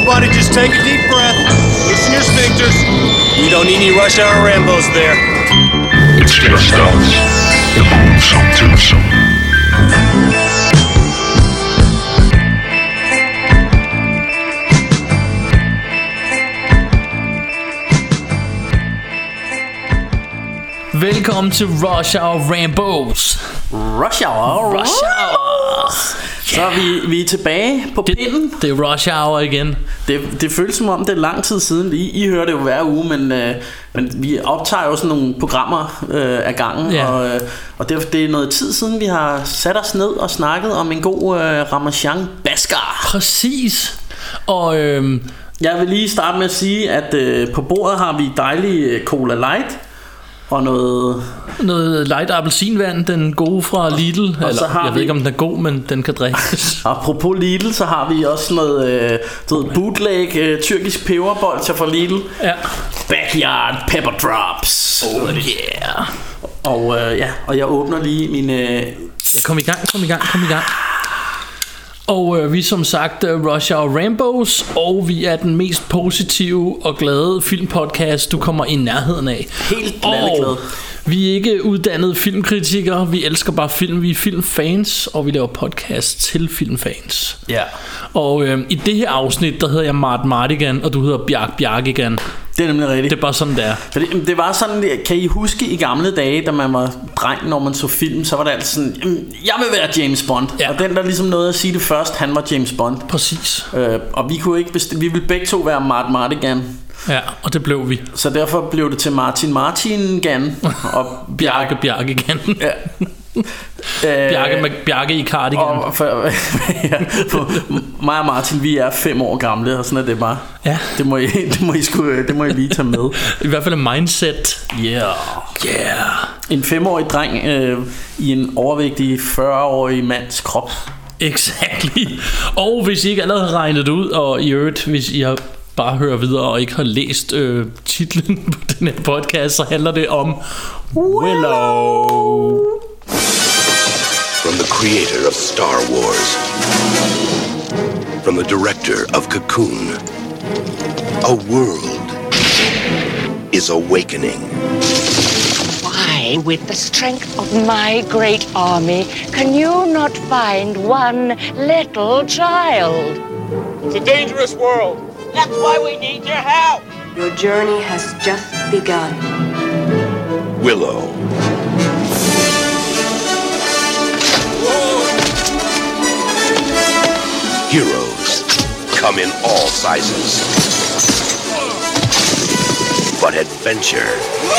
Everybody just take a deep breath. Loosen your sphincters. We don't need any rush hour Rambos there. It's just us. The Boomsome Twosome. Velkommen til Rush Hour Rambos. Rush Hour. Så er vi er tilbage på pinden. Det er Rush Hour igen. Det føles som om det er lang tid siden. I hører det jo hver uge, men vi optager jo sådan nogle programmer af gangen, ja. Og det er noget tid siden vi har sat os ned og snakket om en god Ramasjang Basker. Præcis. Og jeg vil lige starte med at sige, at på bordet har vi dejlig Cola Light og noget light appelsinvand, den gode fra Lidl. Eller, jeg ved ikke om den er god, men den kan drikkes. Apropos Lidl, så har vi også noget bootleg tyrkisk peberbolcher fra Lidl. Ja. Backyard pepper drops. Oh yeah. Og jeg åbner lige mine... Ja, kom i gang. Og vi er som sagt Rush Hour Rambos, og vi er den mest positive og glade filmpodcast, du kommer i nærheden af. Helt latterglad. Vi er ikke uddannede filmkritikere, vi elsker bare film, vi er filmfans, og vi laver podcast til filmfans. Ja. Og i det her afsnit, der hedder jeg Martigan, og du hedder Bjarkigan. Det er nemlig rigtigt. Det er bare sådan, det er. Det var sådan, kan I huske i gamle dage, da man var dreng, når man så film, så var det altid sådan, jeg vil være James Bond. Ja. Og den der ligesom nåede at sige det først, han var James Bond. Præcis. Og vi kunne ikke vi ville begge to være Martigan. Ja, og det blev vi. Så derfor blev det til Martin og Bjarkigan. Ja. Bjarke i cardigan. Mig og Martin, vi er 5 år gamle, og sådan er det bare. Ja. Det må I lige tage med. I hvert fald en mindset. Yeah. En 5-årig dreng i en overvægtig 40-årig mands krop. Exactly. Og hvis I ikke allerede har regnet det ud, og i øvrigt, hvis I har bare hører videre og ikke har læst titlen på den her podcast, så handler det om Willow. From the creator of Star Wars, from the director of Cocoon, a world is awakening. Why, with the strength of my great army, can you not find one little child? It's a dangerous world. That's why we need your help. Your journey has just begun. Willow. Heroes come in all sizes. But adventure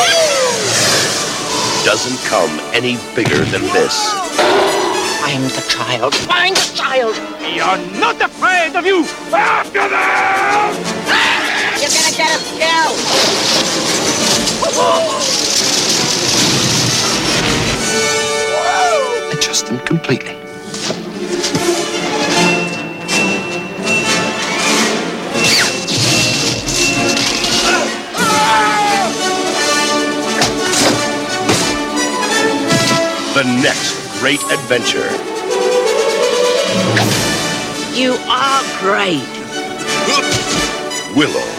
doesn't come any bigger than this. Find the child. Find the child. We are not afraid of you. After them! You're gonna get us killed. I trust them completely. The next great adventure. You are great. Willow.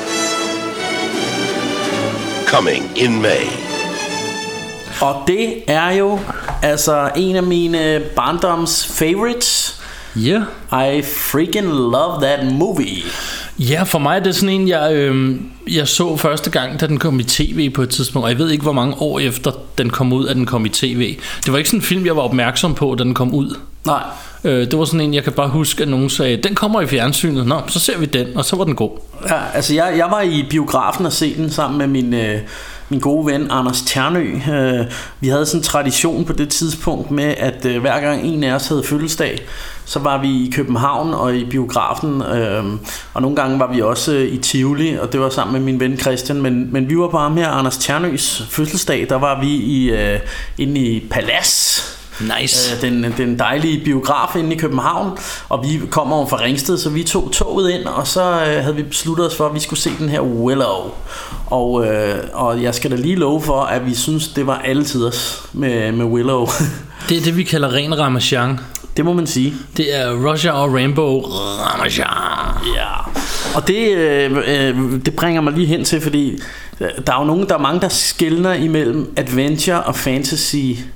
Coming in May. Og det er jo altså en af mine barndoms favorites. Yeah. I freaking love that movie. Ja, for mig er det sådan en jeg så første gang, da den kom i tv på et tidspunkt. Og jeg ved ikke hvor mange år efter den kom ud, at den kom i tv. Det var ikke sådan en film jeg var opmærksom på, da den kom ud. Nej. Det var sådan en, jeg kan bare huske, at nogen sagde, den kommer i fjernsynet. Nå, så ser vi den, og så var den god. Ja, altså jeg var i biografen og se den sammen med min gode ven Anders Tjernø. Vi havde sådan en tradition på det tidspunkt med, at hver gang en af os havde fødselsdag, så var vi i København og i biografen, og nogle gange var vi også i Tivoli, og det var sammen med min ven Christian, men vi var på ham her, Anders Tjernøs fødselsdag, der var vi inde i Palads. Nice. Den dejlige biograf inde i København. Og vi kommer over fra Ringsted, så vi tog toget ind, og så havde vi besluttet os for, at vi skulle se den her Willow. Og jeg skal da lige love for, at vi synes det var alle tiders med Willow. Det er det vi kalder ren Ramasjang. Det må man sige. Det er Rush Hour Rambo Ramasjang. Ja. Og det bringer mig lige hen til, fordi der er mange, der skelner imellem adventure og fantasy,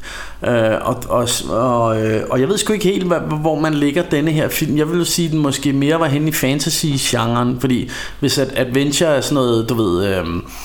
og jeg ved sgu ikke helt, hvor man lægger denne her film. Jeg vil jo sige, at den måske mere var hen i fantasy-genren, fordi hvis adventure er sådan noget, du ved...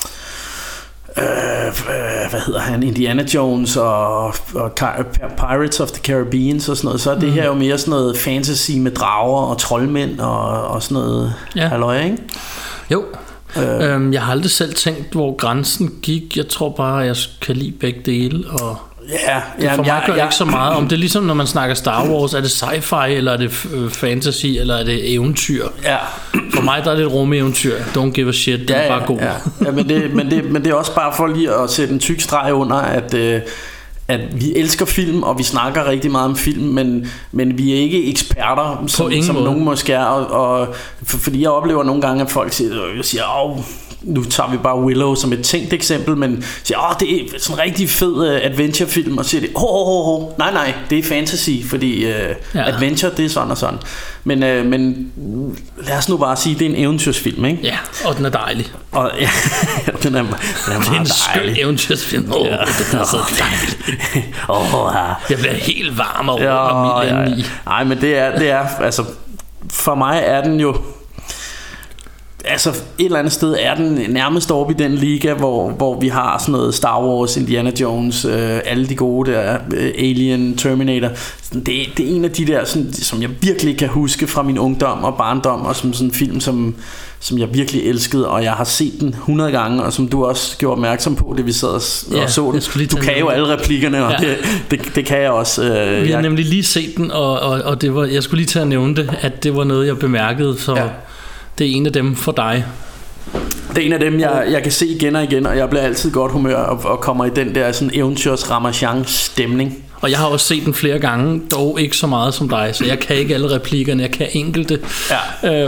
hvad hedder han, Indiana Jones og Pirates of the Caribbean og sådan noget, så er det her jo mere sådan noget fantasy med drager og troldmænd og sådan noget halløj, ikke? Jo. Jeg har aldrig selv tænkt, hvor grænsen gik. Jeg tror bare, jeg kan lide begge dele, og for mig gør ikke så meget. Om det er ligesom, når man snakker Star Wars, er det sci-fi, eller er det fantasy, eller er det eventyr? Ja. For mig der er det et rumeventyr. Don't give a shit, det er bare god. Ja, men det er også bare for lige at sætte en tyk streg under, at vi elsker film, og vi snakker rigtig meget om film, men vi er ikke eksperter, som nogen måske er, og fordi jeg oplever nogle gange, at folk siger nu tager vi bare Willow som et tænkt eksempel, men siger, det er sådan en rigtig fed adventurefilm, og siger nej, det er fantasy, fordi adventure, det er sådan og sådan. Men lad os nu bare sige, det er en eventyrsfilm, ikke? Ja, og den er dejlig. Og den er meget dejlig. Det er en skøn eventyrsfilm. Den er så dejlig. Jeg bliver helt varm over den i. Nej, men det er altså, for mig er den jo, altså et eller andet sted er den nærmest oppe i den liga, hvor vi har sådan noget Star Wars, Indiana Jones, alle de gode der, Alien, Terminator. Det er en af de der, sådan, som jeg virkelig kan huske fra min ungdom og barndom, og som sådan en film, som jeg virkelig elskede, og jeg har set den 100 gange, og som du også gjorde opmærksom på, det vi sad og så den. Du kan jo alle replikkerne, og det kan jeg også. Vi har nemlig lige set den, og det var, jeg skulle lige til at nævne det, at det var noget, jeg bemærkede, så det er en af dem for dig. Det er en af dem, jeg kan se igen og igen, og jeg bliver altid godt humør og kommer i den der sådan eventyrs Ramachan stemning. Og jeg har også set den flere gange, dog ikke så meget som dig, så jeg kan ikke alle replikkerne, jeg kan enkelte. Ja.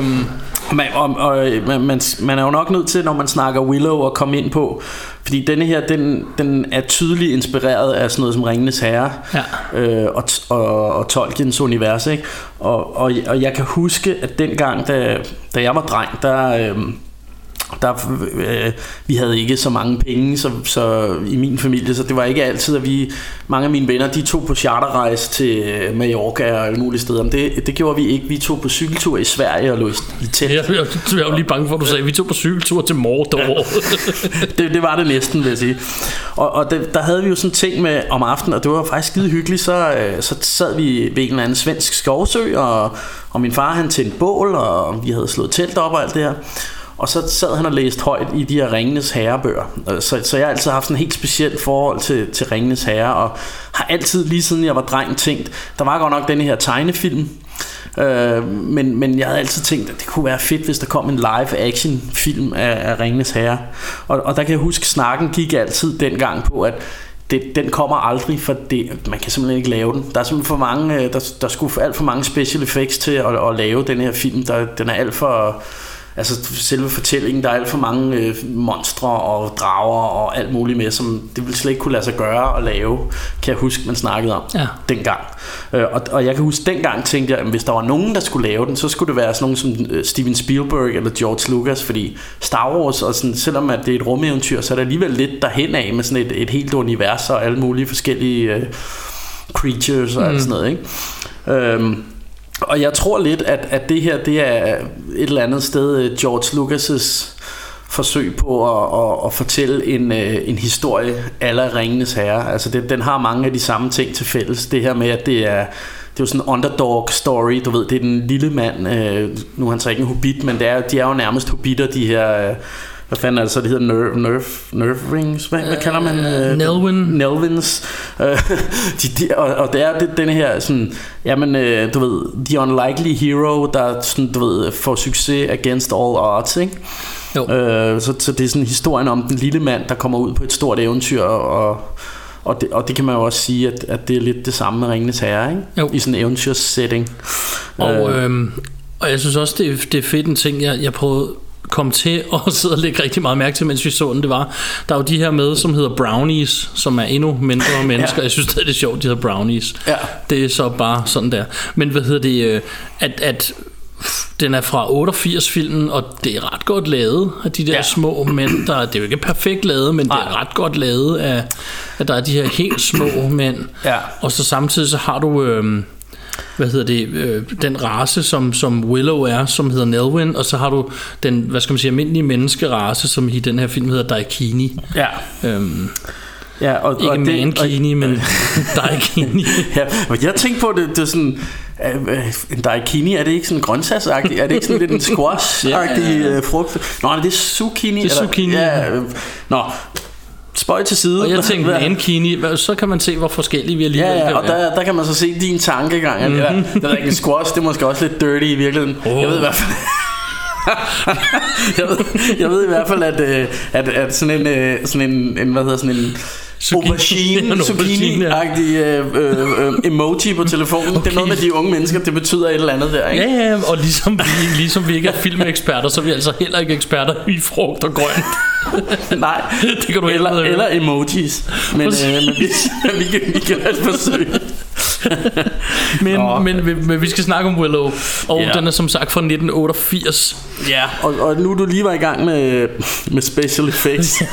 Man er jo nok nødt til, når man snakker Willow, at komme ind på, fordi denne her, den er tydeligt inspireret af sådan noget som Ringenes Herre, og Tolkiens univers, ikke? Og jeg kan huske, at dengang, da jeg var dreng, vi havde ikke så mange penge så i min familie, så det var ikke altid, at mange af mine venner, de tog på charterrejse til Mallorca og alle mulige steder. Men det gjorde vi ikke. Vi tog på cykeltur i Sverige og lå i telt. Jeg er jo lige bange for, at du sagde, at vi tog på cykeltur til Mordor. Det var det næsten, vil jeg sige. Og der havde vi jo sådan en ting med om aftenen, og det var faktisk skide hyggeligt. Så sad vi ved en eller anden svensk skovsø, og min far han tændte bål, og vi havde slået telt op og alt det her. Og så sad han og læste højt i de her Ringenes Herre-bøger. Så jeg har altid haft en helt specielt forhold til Ringenes Herre, og har altid, lige siden jeg var dreng, tænkt, der var godt nok denne her tegnefilm, men jeg havde altid tænkt, at det kunne være fedt, hvis der kom en live-action film af Ringenes Herre. Og der kan jeg huske, snakken gik altid dengang på, at den kommer aldrig, for man kan simpelthen ikke lave den. Der er simpelthen for mange, der skulle alt for mange special effects til at lave den her film. Den er alt for... Altså selve fortællingen, der er alt for mange monstre og drager og alt muligt med, som det ville slet ikke kunne lade sig gøre at lave, kan jeg huske, man snakkede om dengang. Og jeg kan huske, dengang tænkte jeg, at hvis der var nogen, der skulle lave den, så skulle det være sådan nogen som Steven Spielberg eller George Lucas, fordi Star Wars, og sådan, selvom at det er et rumeventyr, så er det alligevel lidt derhen af med sådan et helt univers og alle mulige forskellige creatures og alt sådan noget, ikke? Og jeg tror lidt, at det her, det er et eller andet sted George Lucas' forsøg på at fortælle en historie a la Ringenes Herre. Altså den har mange af de samme ting til fælles. Det her med, at det er jo sådan en underdog story, du ved, det er den lille mand, nu er han så ikke en hobbit, men de er jo nærmest hobbiter, de her... Hvad fanden er det så, det hedder Nervings? Hvad kalder man? Nelvins. Og det er den her sådan, jamen, du ved, the unlikely hero, der sådan, du ved, får succes against all odds, ikke? Jo. Så det er sådan historien om den lille mand, der kommer ud på et stort eventyr, og det kan man jo også sige, at det er lidt det samme med Ringenes Herre, ikke? Jo. I sådan en eventyrssetting. Og jeg synes også, det er fedt en ting, jeg prøvede kom til at sidde og lægge rigtig meget mærke til, mens vi så den. Det var, der er jo de her med, som hedder brownies, som er endnu mindre mennesker. Jeg synes, det er sjovt, de hedder brownies. Ja. Det er så bare sådan der. Men hvad hedder det, at den er fra 88-filmen, og det er ret godt lavet af de der små mænd. Det er jo ikke perfekt lavet, men det er ret godt lavet af, at der er de her helt små mænd. Ja. Og så samtidig så har du den race som Willow er, som hedder Nelwyn, og så har du den, almindelige menneskerace, som i den her film hedder Daikini. Ja. Ikke Mankini, men Daikini. Jeg tænkte på det er sådan en daikini, er det ikke sådan grøntsagsagtigt? Er det ikke sådan lidt en squash-agtig frugt? Nå, det er zucchini. Det er zucchini. Nå, spøj til side. Og jeg tænkte mankini, så kan man se, hvor forskellige vi alligevel kan og der kan man så se din tankegang. Mm-hmm. Det er ikke en squash, det er måske også lidt dirty i virkeligheden. Jeg ved i hvert fald... jeg ved i hvert fald at sådan en hvad hedder sådan en aubergine-agtig emoji på telefonen. Okay. Det er noget med de unge mennesker, det betyder et eller andet der, ikke? Ja, og ligesom vi ikke er filmeksperter, så er vi altså heller ikke eksperter i frugt og grønt. Nej, det kan du eller emojis. Men vi kan have et forsøg. men vi skal snakke om Willow. Og den er som sagt fra 1988. Ja. Og nu du lige var i gang med special effects.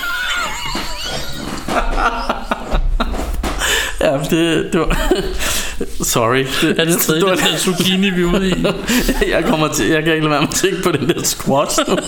Ja, det var... Sorry. Er det stadig den der zucchini, vi er ude i? Jeg kan ikke lade være med at tænke på den der squash nu.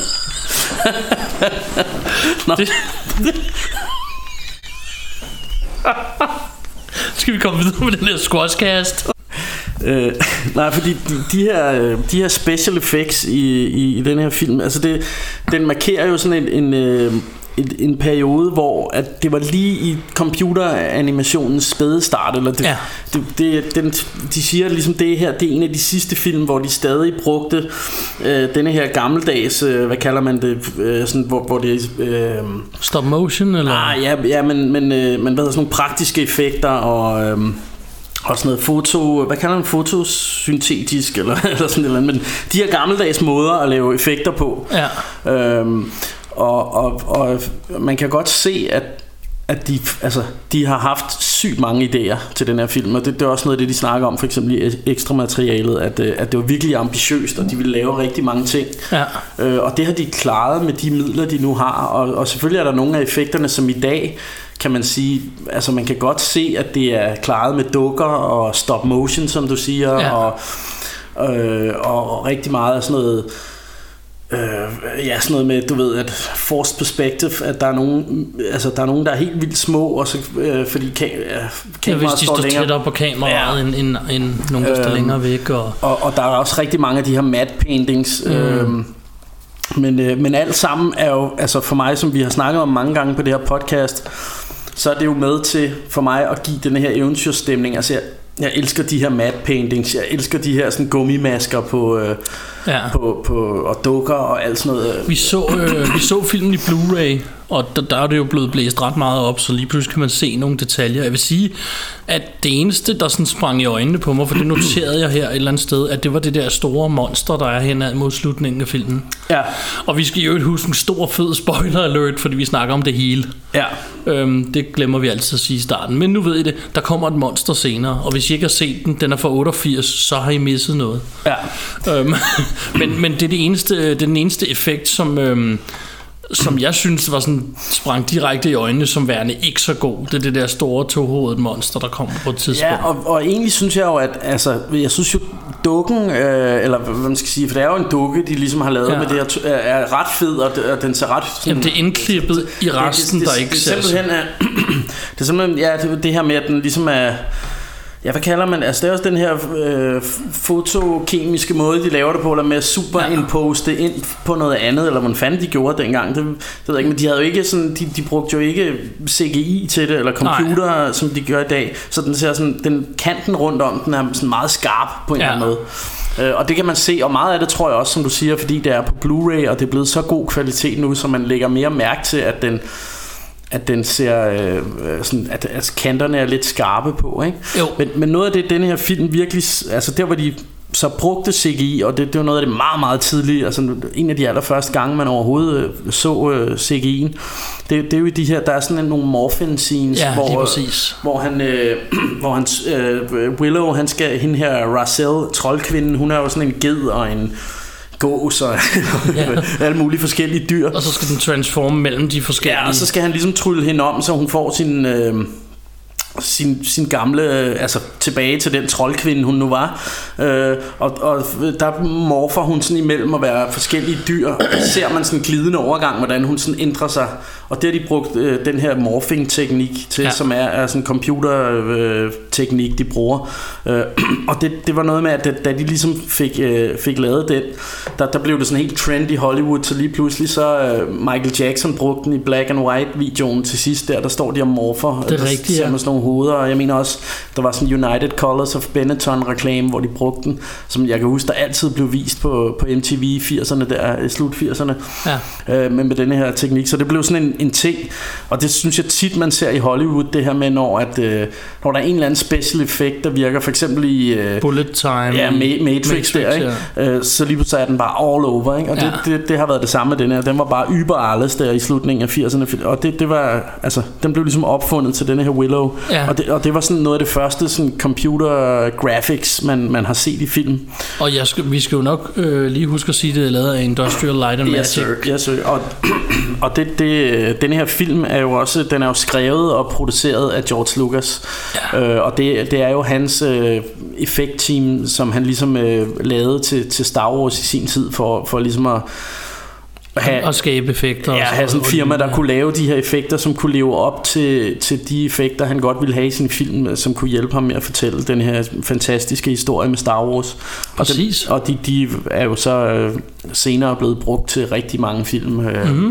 Skal vi komme videre med den der squashcast? Nej, fordi de her special effects i den her film, altså den markerer jo sådan en periode, hvor at det var lige i computeranimationens spæde start, eller de siger ligesom det her, det er en af de sidste film, hvor de stadig brugte denne her gammeldags, hvad kalder man det, sådan hvor det stop motion eller? Men hvad hedder sådan nogle praktiske effekter og sådan noget hvad kalder man, fotosyntetisk eller sådan noget, men de her gammeldags måder at lave effekter på. Ja. Og man kan godt se, at de har haft sygt mange idéer til den her film, og det er også noget af det, de snakker om, for eksempel i ekstra materialet, at det var virkelig ambitiøst, og de ville lave rigtig mange ting. Ja. Og det har de klaret med de midler, de nu har, og selvfølgelig er der nogle af effekterne, som i dag, kan man sige, altså man kan godt se, at det er klaret med dukker og stop motion, som du siger, og rigtig meget af sådan noget. Sådan noget med, du ved, at forced perspective, at der er nogen, der er helt vildt små, og så fordi kameraet står længere tættere på kameraet end nogen, der står længere væk, og der er også rigtig mange af de her matte paintings. Men alt sammen er jo, altså for mig, som vi har snakket om mange gange på det her podcast, så er det jo med til for mig at give den her eventyrstemning. Altså jeg elsker de her matte paintings, jeg elsker de her sådan gummimasker på og dukker og alt sådan noget. Vi så filmen i Blu-ray, og der er det jo blevet blæst ret meget op, så lige pludselig kan man se nogle detaljer. Jeg vil sige, at det eneste, der sådan sprang i øjnene på mig, for det noterede jeg her et eller andet sted, at det var det der store monster, der er henad mod slutningen af filmen. Ja. Og vi skal jo ikke huske en stor fed spoiler alert, fordi vi snakker om det hele. Ja. Det glemmer vi altid at sige i starten. Men nu ved I det, der kommer et monster senere, og hvis I ikke har set den er fra 88, så har I misset noget. Ja. Men det er den eneste effekt, som jeg synes var sådan, sprang direkte i øjnene som værende ikke så god. Det er det der store tohovedede monster, der kommer på et tidspunkt. Ja, og egentlig synes jeg jo, at jeg synes jo dukken, eller hvad man skal sige, for det er jo en dukke, de ligesom har lavet med det her, er ret fed, og den ser ret sådan, jamen, det er indklippet i resten, der ikke ser det er simpelthen det her med, at den ligesom er... Ja, hvad kalder man? Altså det er også den her fotokemiske måde, de laver det på, eller med at superimposte ind på noget andet, eller hvordan fanden de gjorde dengang. Det ved jeg ikke, men de havde jo ikke sådan, de brugte jo ikke CGI til det, eller computer, som de gør i dag. Så den ser sådan, den kanten rundt om, den er sådan meget skarp på en eller anden måde. Og det kan man se, og meget af det tror jeg også, som du siger, fordi det er på Blu-ray, og det er blevet så god kvalitet nu, så man lægger mere mærke til, at den ser sådan, at kanterne er lidt skarpe på, ikke? Men noget af det, denne her film virkelig, altså der hvor de så brugte CGI, og det var noget af det meget, meget tidlige, altså en af de allerførste gange, man overhovedet så CGI'en. Det er jo de her, der er sådan nogle morphin scenes, hvor han Willow, han skal, hende her Racel, troldkvinden, hun er jo sådan en ged og en gås og alle mulige forskellige dyr. Og så skal den transforme mellem de forskellige. Ja, og så skal han ligesom trylle hende om, så hun får sin gamle, altså tilbage til den troldkvinde hun nu var, og der morfer hun sådan imellem at være forskellige dyr. Ser man sådan en glidende overgang, hvordan hun sådan ændrer sig, og det har de brugt den her morphing teknik til, som er sådan en computer teknik de bruger, og det var noget med at da de ligesom fik lavet den, der blev det sådan helt trend i Hollywood, så lige pludselig så Michael Jackson brugte den i black and white videoen til sidst, der står de og morfer. Det er rigtigt, ja. Med sådan nogle hoveder, og jeg mener også, der var sådan United Colors of Benetton reklame, hvor de brugte den, som jeg kan huske, der altid blev vist på MTV i 80'erne der, slut 80'erne, med denne her teknik, så det blev sådan en ting, og det synes jeg tit man ser i Hollywood, det her med når der er en eller anden special effekt, der virker, for eksempel i Bullet Time, ja, Matrix der, ikke? Så lige pludselig er den bare all over, ikke? Og det har været det samme med den her, den var bare über alles der i slutningen af 80'erne, og det var, altså, den blev ligesom opfundet til denne her Willow, og det var sådan noget af det første sådan computer graphics man har set i film. Og vi skal jo nok lige huske at sige, det er lavet af Industrial Light and Magic. Yes, sir. Og denne her film er jo også, den er jo skrevet og produceret af George Lucas, og det er jo hans effektteam, som han ligesom lavede til Star Wars i sin tid for ligesom at skabe effekter. Ja, have sådan en firma, der kunne lave de her effekter, som kunne leve op til de effekter, han godt ville have i sin film, som kunne hjælpe ham med at fortælle den her fantastiske historie med Star Wars. Præcis. Og de er jo så senere blevet brugt til rigtig mange film. Mm-hmm.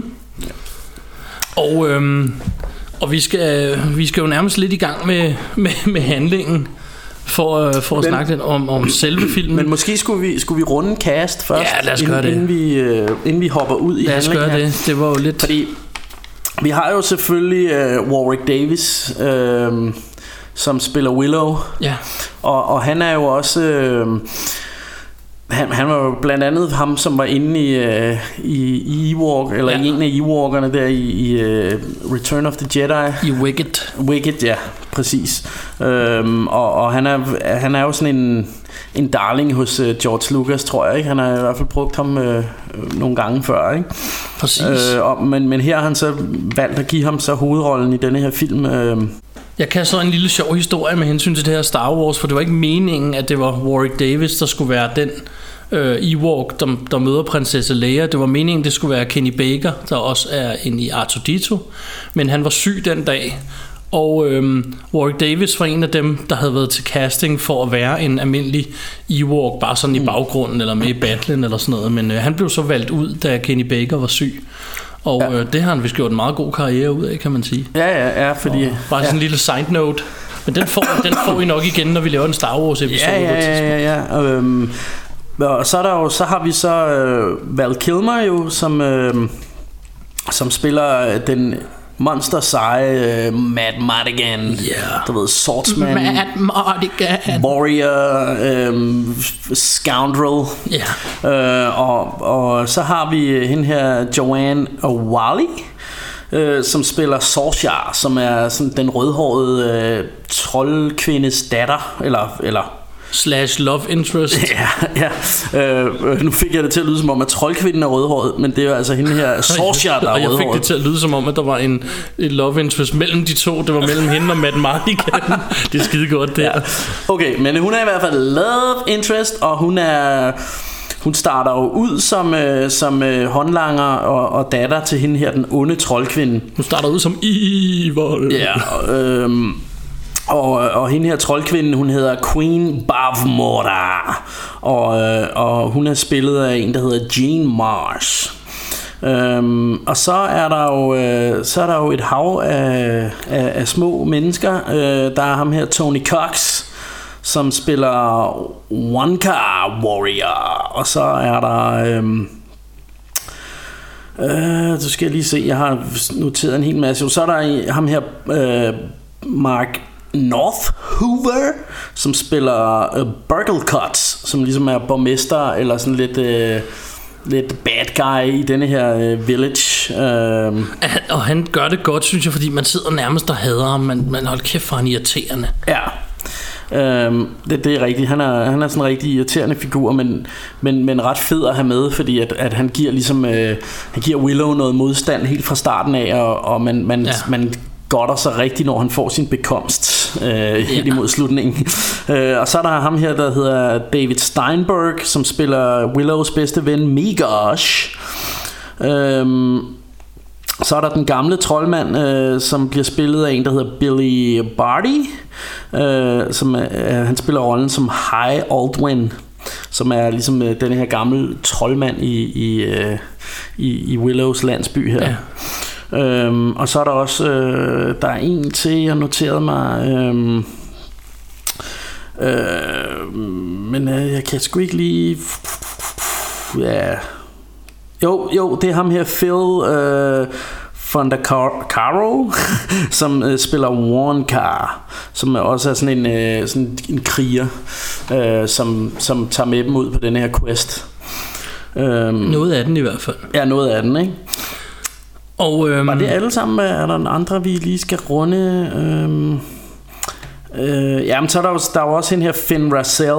Og vi skal jo nærmest lidt i gang med handlingen. For at snakke lidt om selve filmen. Men måske skulle vi runde cast først. Ja, lad os gøre det. Inden vi hopper ud i handlingen. Lad os gøre det. Det var jo lidt... Fordi vi har jo selvfølgelig Warwick Davis, som spiller Willow. Ja. Og han er jo også... Han var jo blandt andet ham, som var inde i Ewok, eller i en af Ewokerne der i Return of the Jedi. I Wicked, ja, præcis. Og han er jo sådan en darling hos George Lucas, tror jeg, ikke? Han har i hvert fald brugt ham nogle gange før, ikke? Præcis. Men her har han så valgt at give ham så hovedrollen i denne her film. Jeg kan så en lille sjov historie med hensyn til det her Star Wars, for det var ikke meningen, at det var Warwick Davis, der skulle være den Ewok, der møder prinsesse Leia. Det var meningen, det skulle være Kenny Baker, der også er inde i R2-D2, men han var syg den dag. Og Warwick Davis var en af dem, der havde været til casting for at være en almindelig Ewok, bare sådan i baggrunden eller med i battlen eller sådan noget. Men han blev så valgt ud, da Kenny Baker var syg. Og det har han vist gjort en meget god karriere ud af, kan man sige. Ja, fordi... Og bare sådan en lille side note. Men den får I nok igen, når vi laver en Star Wars episode. Ja. Og så har vi så Val Kilmer jo, som spiller den monster seje Matt Mardigan, du ved, swordsman, Matt Mardigan, warrior, scoundrel, og så har vi hende her Joanne O'Wally, som spiller Sorcia, som er sådan den rødhårede troldkvindes datter, eller / love interest. Nu fik jeg det til at lyde som om at troldkvinden er rødhåret, men det er jo altså hende her Sorcia, der er rødhåret. Og jeg fik det til at lyde som om at der var en love interest mellem de to. Det var mellem hende og Matt Mardigan. Det er skide godt der. Okay, men hun er i hvert fald love interest, og hun starter jo ud som håndlanger og datter til hende her, den onde troldkvinde. Hun starter ud som evil. Ja, og hende her troldkvinden, hun hedder Queen Bavmorda, og hun er spillet af en, der hedder Jean Marsh. Og så er der jo et hav af små mennesker. Der er ham her Tony Cox, som spiller Wonka Warrior, og så er der så skal jeg lige se, jeg har noteret en hel masse. Så er der ham her Mark North Hoover, som spiller Burgle Cuts, som ligesom er borgmester eller sådan lidt bad guy i denne her village. Og han gør det godt, synes jeg, fordi man sidder nærmest og hader ham. Man holder kæft for han irriterende. Ja. Det er rigtigt. Han er sådan en rigtig irriterende figur, men ret fed at have med, fordi at han giver ligesom han giver Willow noget modstand helt fra starten af, og man godter sig rigtigt, når han får sin bekomst helt imod slutningen. Og så er der ham her, der hedder David Steinberg, som spiller Willows bedste ven Megosh. Så er der den gamle troldmand, som bliver spillet af en, der hedder Billy Barty, han spiller rollen som High Aldwin, som er ligesom den her gamle troldmand i Willows landsby her. Ja. Og så er der også der er en til, jeg noterede mig, men jeg kan sgu ikke lige. Ja. Jo, det er ham her, Phil Fondacaro, som spiller Warncar, som også er sådan en kriger, som tager med dem ud på den her quest. Noget af den i hvert fald. Ja, noget af den, ikke? Og var det alle sammen? Er der en andre, vi lige skal runde? Jamen, så er der jo også en her, Finn Rassel,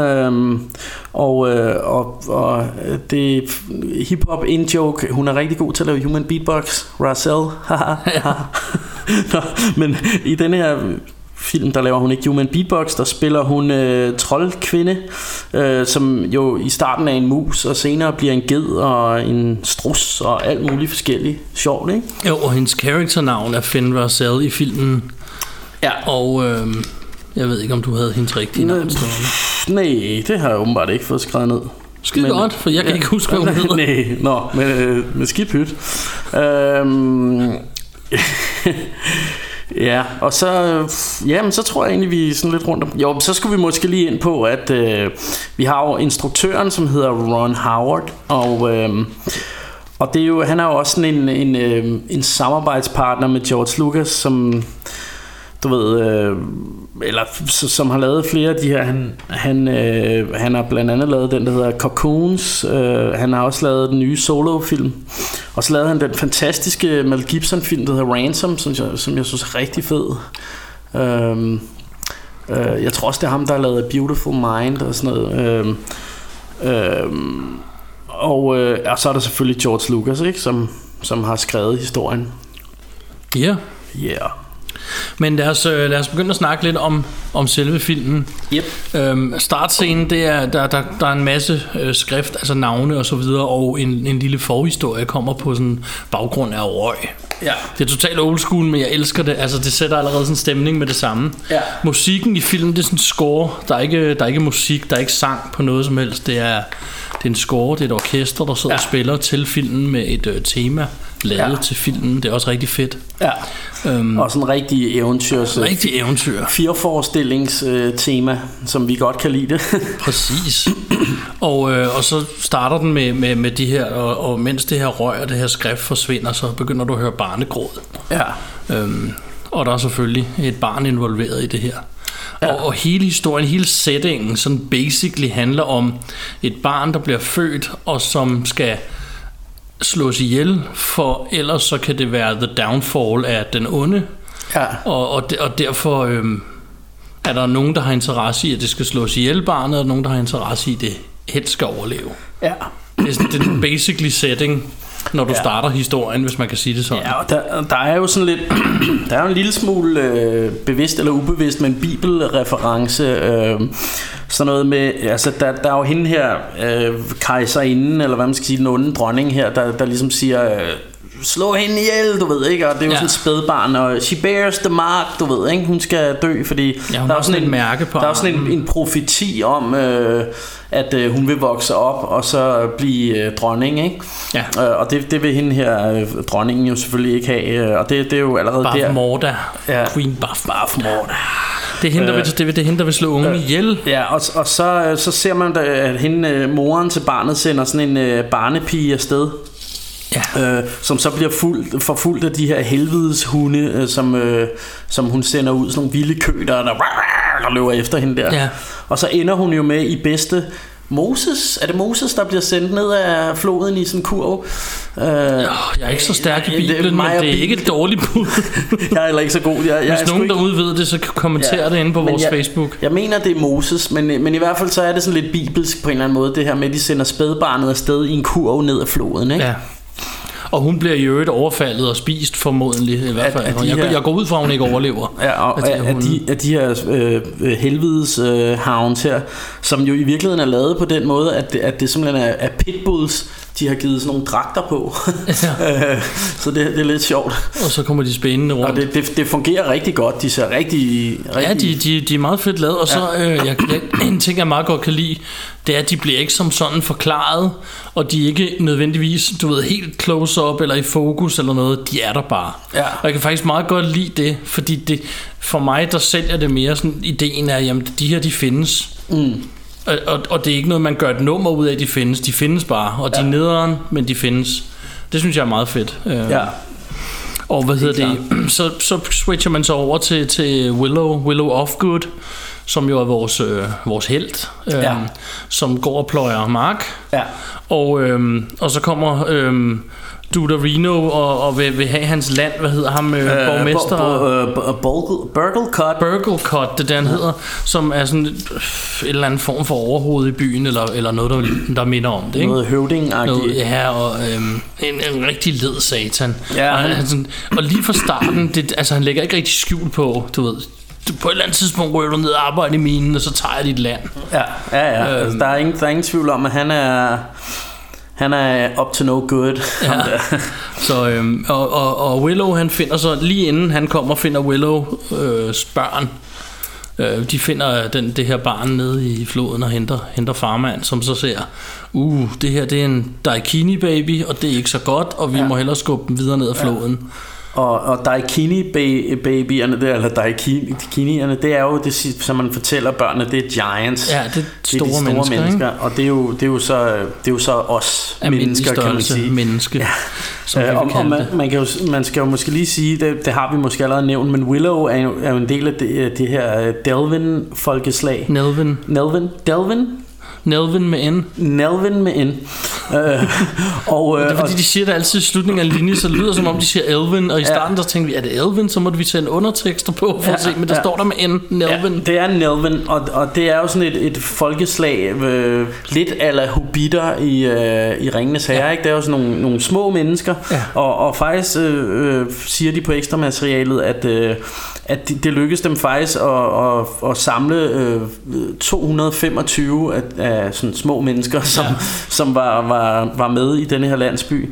og det hip-hop in-joke. Hun er rigtig god til at lave human beatbox. Rassel. Men i denne her film, der laver hun ikke human beatbox. Der spiller hun troldkvinde, som jo i starten er en mus, og senere bliver en ged og en strus og alt muligt forskelligt sjovt, ikke? Jo, og hendes characternavn er Finn Rassel i filmen. Ja. Og jeg ved ikke, om du havde hendes rigtige navn. Nej, det har jeg åbenbart ikke fået skrevet ned. Skide godt, for jeg kan ikke huske, hvad hun hedder. Men skidt pyt. Ja, og så tror jeg egentlig, vi er sådan lidt rundt om. Jo, så skulle vi måske lige ind på, at vi har jo instruktøren, som hedder Ron Howard, og det er jo, han er jo også sådan en samarbejdspartner med George Lucas, som du ved, eller som har lavet flere af de her. Han har blandt andet lavet den, der hedder Cocoons. Han har også lavet den nye Solo-film. Og så lavede han den fantastiske Mel Gibson-film, der hedder Ransom, som jeg synes er rigtig fed. Jeg tror også, det er ham, der har lavet Beautiful Mind og sådan noget. Og så er der selvfølgelig George Lucas, ikke, som har skrevet historien. Ja. Yeah. Men lad os begynde at snakke lidt om selve filmen. Yep. Startscenen, det er der er en masse skrift, altså navne og så videre, og en lille forhistorie kommer på sådan baggrund af røg. Ja. Det er totalt old school, men jeg elsker det. Altså det sætter allerede sådan en stemning med det samme. Ja. Musikken i filmen, det er sådan en score. Der er ikke musik, der er ikke sang på noget som helst. Det er en score, det er et orkester, der sidder og spiller til filmen med et tema lavet til filmen. Det er også rigtig fedt. Ja. Og sådan en rigtig eventyr. Firforestillingstema, som vi godt kan lide det. Præcis. Og så starter den med de her, og mens det her røg og det her skrift forsvinder, så begynder du at høre barnegråd. Ja. Og der er selvfølgelig et barn involveret i det her. Ja. Og hele historien, hele settingen, sådan basically handler om et barn, der bliver født, og som skal slås ihjel, for ellers så kan det være the downfall af den onde. Ja. Og derfor er der nogen, der har interesse i, at det skal slås ihjel barnet, og nogen, der har interesse i, at det helst skal overleve. Ja. Det er den basically setting, når du starter historien, hvis man kan sige det sådan. Ja, og der er jo sådan lidt der er jo en lille smule bevidst eller ubevidst, men bibelreference, sådan noget med, altså der er jo hende her kejserinden, eller hvad man skal sige, den onde dronning her, der ligesom siger slå hende ihjel, du ved ikke, og det er jo sådan et spædbarn, og she bears the mark, du ved ikke, hun skal dø, fordi der er sådan et mærke på. Der er sådan en profeti om at hun vil vokse op og så blive dronning, ikke? Ja. Og det vil hende her dronningen jo selvfølgelig ikke have, og det er jo allerede Bath der. Morda. Ja. Queen Bath Morda. Det er hende, der vil slå ungen ihjel. Ja, og så ser man, at hende, moren til barnet, sender sådan en barnepige afsted. som så bliver forfulgt af de her helvedes hunde, som hun sender ud, sådan nogle vilde køter, der løber efter hende der. Ja. Og så ender hun jo med i bedste Moses. Er det Moses, der bliver sendt ned af floden i sådan en kurv? Jeg er ikke så stærk i Bibelen, men det er ikke et dårligt bud. Jeg er heller ikke så god. Hvis nogen derude ved det, så kan kommentere det inde på vores Facebook. Jeg mener, det er Moses, men i hvert fald så er det sådan lidt bibelsk på en eller anden måde, det her med, at de sender spædbarnet afsted i en kurv ned af floden, ikke? Ja. Og hun bliver i øvrigt overfaldet og spist formodentlig i hvert fald. Jeg går ud fra, at hun ikke overlever. Ja, og af de her helvedes hounds her, som jo i virkeligheden er lavet på den måde, at det simpelthen er pitbulls, de har givet sådan nogle dragter på. Så det er lidt sjovt. Og så kommer de spændende rundt. Og det fungerer rigtig godt. De ser rigtig... Ja, de er meget fedt lavet. Og så en ting jeg meget godt kan lide, det er, at de bliver ikke som sådan forklaret, og de er ikke nødvendigvis, du ved, helt close up eller i fokus eller noget. De er der bare. Ja. Og jeg kan faktisk meget godt lide det, fordi det, for mig, der sælger det mere sådan ideen af, jamen de her, de findes. Og det er ikke noget, man gør et nummer ud af, de findes. De findes bare, og de er nederen, men de findes. Det synes jeg er meget fedt. Ja. Og hvad hedder det? Så switcher man så over til Willow Offgood, som jo er vores helt, som går og pløjer mark. Ja. Og så kommer Duderino og vil have hans land. Hvad hedder ham? Borgmester Burglecut, det der han hedder, som er sådan en eller anden form for overhoved i byen, eller noget der minder om det, ikke? Noget høvding-agtigt. Ja, og en rigtig led satan. Ja. Og lige fra starten, han lægger ikke rigtig skjul på, du ved. På et eller andet tidspunkt ryger du ned og arbejder i minen, og så tager jeg dit land. Ja. Altså, der er ingen tvivl om, at han er up to no good. Ja. Så og Willow, han finder så lige inden han kommer, finder Willow børn. De finder det her barn nede i floden og henter farmand, som så ser, det her det er en daikini baby, og det er ikke så godt, og vi må hellere skubbe dem videre ned af floden. Og daikini-babyerne der, eller daikinierne, det er jo det, som man fortæller børnene, det er giants. Ja, det er de store mennesker. Og det er jo så os mennesker, kan man sige. Menneske. Ja. Og man skal jo måske lige sige, det har vi måske allerede nævnt, men Willow er jo en del af det her Delvin-folkeslag. Delvin med N. Nelvin med N. Og det er fordi de siger det altid i slutningen af en linje, så det lyder som om de siger Elvin, og i starten der tænkte vi, er det Elvin, så måtte vi sende undertekster på for at se, men der står der med N, Nelvin. Ja, det er Nelvin, og det er jo sådan et folkeslag, lidt a la hobbiter i Ringenes Herre, ikke? Det er jo sådan nogle små mennesker, og faktisk siger de på ekstra materialet, at det lykkedes dem faktisk at samle 225 af sådan små mennesker, som var med i denne her landsby.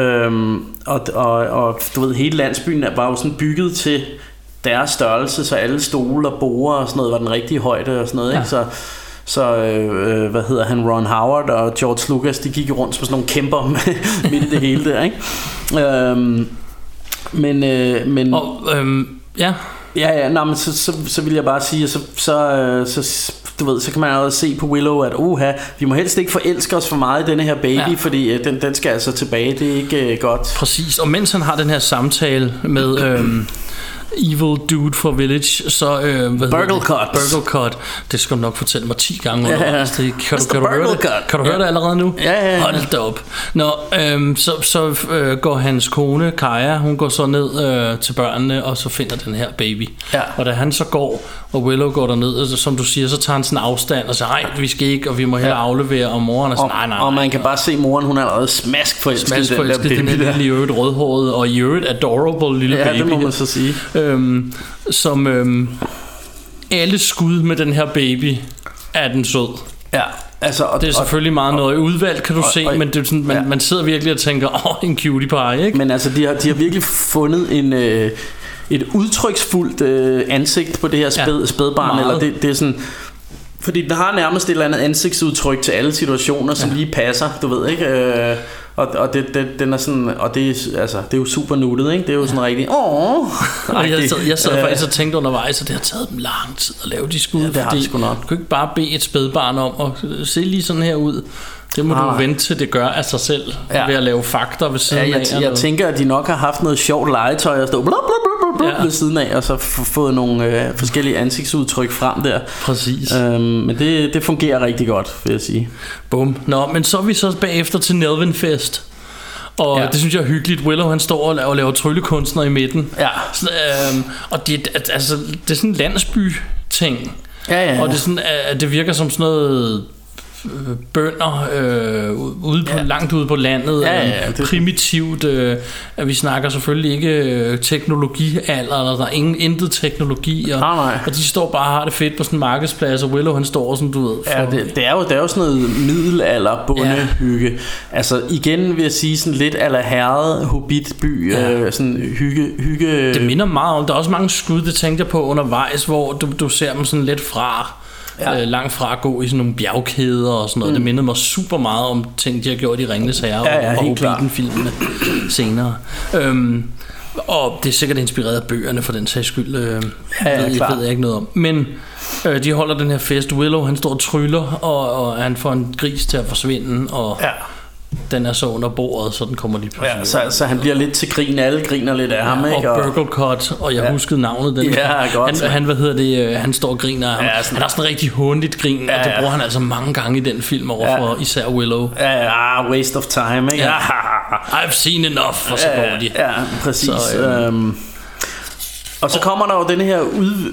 Og du ved, hele landsbyen var jo sådan bygget til deres størrelse, så alle stole og borde og sådan noget var den rigtige højde og sådan noget, ikke? Så hvad hedder han, Ron Howard og George Lucas, de gik rundt som sådan nogle kæmper midt i det hele der, ikke? Ja, men så vil jeg bare sige, så du ved, så kan man jo se på Willow, at vi må helst ikke forelske os for meget i denne her baby, fordi den skal altså tilbage, det er ikke godt. Præcis, og mens han har den her samtale med evil dude fra Village, så Burglecut, det skal du nok fortælle mig 10 gange undervejs. Kan du høre det allerede nu? Ja. Hold da op. Så går hans kone Kaja, hun går så ned til børnene, og så finder den her baby. Og da han så går, og Willow går derned, og som du siger, så tager han sådan afstand og siger, nej, vi skal ikke, og vi må hellere aflevere, og moren er sådan, nej. Og man kan bare se moren, hun er allerede smaskforelsket. Den er lille i øvrigt rødhåret, og i øvrigt adorable lille baby. Ja, det må man så sige. Som alle skud med den her baby er den sød. Ja, altså, det er selvfølgelig meget noget udvalg, kan du se, men det er sådan, man sidder virkelig og tænker, en cutie pie, ikke? Men altså, de har virkelig fundet et udtryksfuldt ansigt på det her spædbarn, eller det er sådan, fordi den har nærmest et eller andet ansigtsudtryk til alle situationer, som lige passer, du ved, ikke? Og den er sådan, og det er jo super nuttet, ikke? Det er jo sådan rigtig jeg sad faktisk og tænkte undervejs, at det har taget dem lang tid at lave de skud, det har det sgu nok. Du kan ikke bare bede et spædbarn om at se lige sådan her ud. Det må du vente til det gør af sig selv, ved at lave fakter ved siden af. Jeg tænker, at de nok har haft noget sjovt legetøj og stå ved siden af, og så fået nogle forskellige ansigtsudtryk frem der. Præcis. Men det fungerer rigtig godt, vil jeg sige. Bum. Nå, men så er vi så bagefter til Nelvin-fest. Og det synes jeg er hyggeligt. Willow, han står og laver tryllekunstner i midten. Ja. Og det er sådan en landsby-ting. Ja. Og det er sådan, at det virker som sådan noget bønder langt ude på landet. Primitivt. At vi snakker selvfølgelig ikke teknologialder, der er intet teknologi. Og de står bare og har det fedt på sådan en markedsplads, og Willow han står sådan, du ved. Det er jo sådan noget middelalder bondehygge. Altså igen vil jeg sige sådan lidt a la Herred Hobbitby, sådan hygge. Det minder meget om. Der er også mange skud, det tænkte jeg på undervejs, hvor du ser dem sådan lidt fra. Langt fra at gå i sådan nogle bjergkæder og sådan noget. Det mindede mig super meget om ting, de har gjort i Ringenes Herre og Hobbiten-filmene senere. Og det er sikkert inspireret af bøgerne for den sags skyld. Ved jeg ikke noget om. Men de holder den her fest. Willow han står og tryller, og han får en gris til at forsvinde, og den er så under bordet, så den kommer lige pludselig. Så han bliver lidt til grin. Alle griner lidt af ham, ikke? Og Burglecut, og jeg huskede navnet den. Han står og griner af ham. Han har sådan en rigtig hånligt grin, og det bruger han altså mange gange i den film overfor især Willow. Waste of time, ikke? I've seen enough, og så går de. Ja, præcis. Og så kommer der jo den her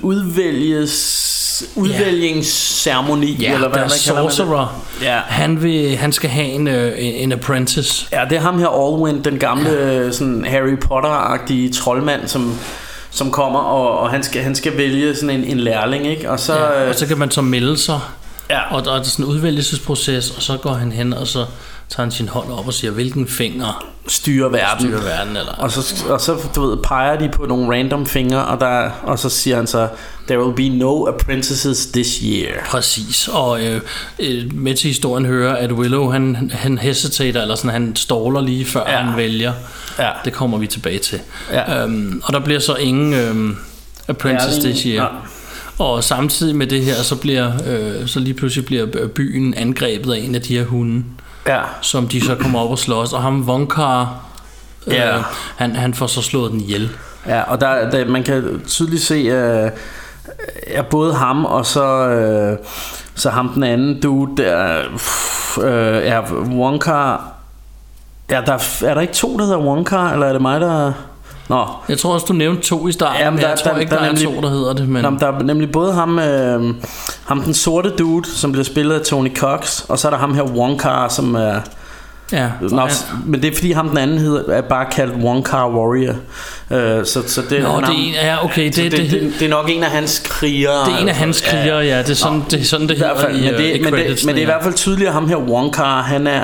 udvælgningsceremoni, eller hvad man kalder det. Sorcerer. Han skal have en apprentice. Ja, det er ham her Alwyn, den gamle sådan Harry Potter-agtige troldmand, som kommer, og han skal vælge sådan en lærling, ikke? Og så så kan man så melde sig. Og der er sådan en udvælgelsesproces, og så går han hen, og så tager han sin hånd op og siger, hvilken finger styrer verden eller. Og så du ved, peger de på nogle random fingre, og så siger han så, there will be no apprentices this year. Præcis. Og med til historien hører, at Willow han hesitater, eller sådan, han staller lige før han vælger. Det kommer vi tilbage til. Og der bliver så ingen apprentices this year. Og samtidig med det her, så lige pludselig bliver byen angrebet af en af de her hunde, som de så kommer op og slås. Og ham Wonkar, han får så slået den ihjel. Ja, og der man kan tydeligt se både ham og så ham den anden dude der, Wonkar. Ja, er der ikke to, der hedder Wonkar, eller er det mig, der... Nå. Jeg tror også, du nævnte to i starten, men jeg tror ikke, der er nemlig, to, der hedder det. Men... der er nemlig både ham den sorte dude, som bliver spillet af Tony Cox, og så er der ham her Wonkar, som er... men det er fordi ham den anden er bare kaldt Wonkar Warrior. Så det det er nok en af hans krigere. Det er en af hans krigere, ja. Det er sådan det hedder. Men det er i hvert fald tydeligt, at ham her Wonkar,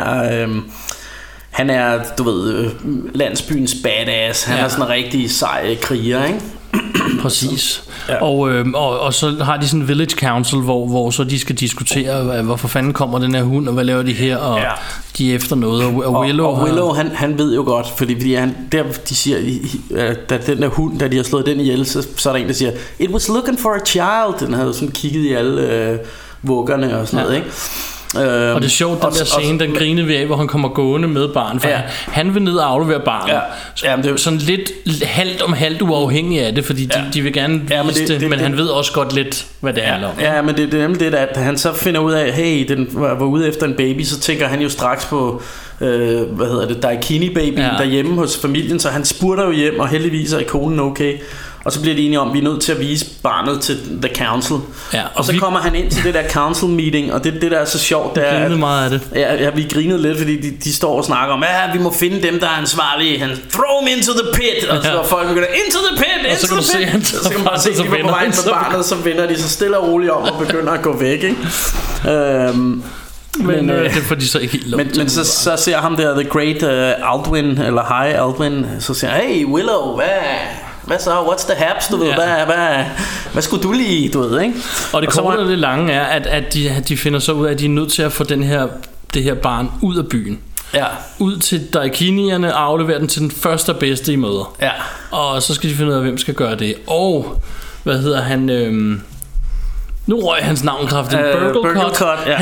han er, du ved, landsbyens badass. Han er sådan en rigtig sej kriger, ikke? Præcis. Og så har de sådan en village council, hvor så de skal diskutere, hvorfor fanden kommer den her hund, og hvad laver de her, og de er efter noget. Og Willow han ved jo godt, fordi de siger, da den der hund, da de har slået den ihjel, så er der en, der siger, it was looking for a child. Den havde sådan kigget i alle vuggerne og sådan noget, ikke? Og det er sjovt, den der scene, den griner vi af, hvor han kommer gående med barn, for han vil ned og aflevere barnet. Det er sådan lidt halvt om halvt uafhængig af det, fordi de vil gerne vise det, men han ved også godt lidt, hvad det handler om. Ja, men det er nemlig det, at han så finder ud af, hey, den var ude efter en baby, så tænker han jo straks på Daikini-babyen derhjemme hos familien, så han spurter jo hjem, og heldigvis er konen okay. Og så bliver de enige om, at vi er nødt til at vise barnet til the council. Og så kommer han ind til det der council meeting, og det der er så sjovt, det er, at meget af det. Ja, vi grinede lidt, fordi de står og snakker om, vi må finde dem, der er ansvarlige. Han throw them into the pit, og så folk begynder into the pit, into the pit. Så kan man bare se, at de var på vej med barnet, så vender de så stille og roligt om og begynder at gå væk, ikke? Men det får de så ikke helt lov til. Men så ser ham der, The Great Aldwin, eller High Aldwin, så siger hey Willow, hvad så? What's the haps, du ved? Hvad skulle du lige, du ved, ikke? Og det korte og det lange er, at de finder så ud af, at de er nødt til at få det her barn ud af byen. Ud til daikinierne og aflevere den til den første og bedste, I møder. Og så skal de finde ud af, hvem skal gøre det. Og, Nu røg hans navn kraftigt. Burgle Cut. Ja.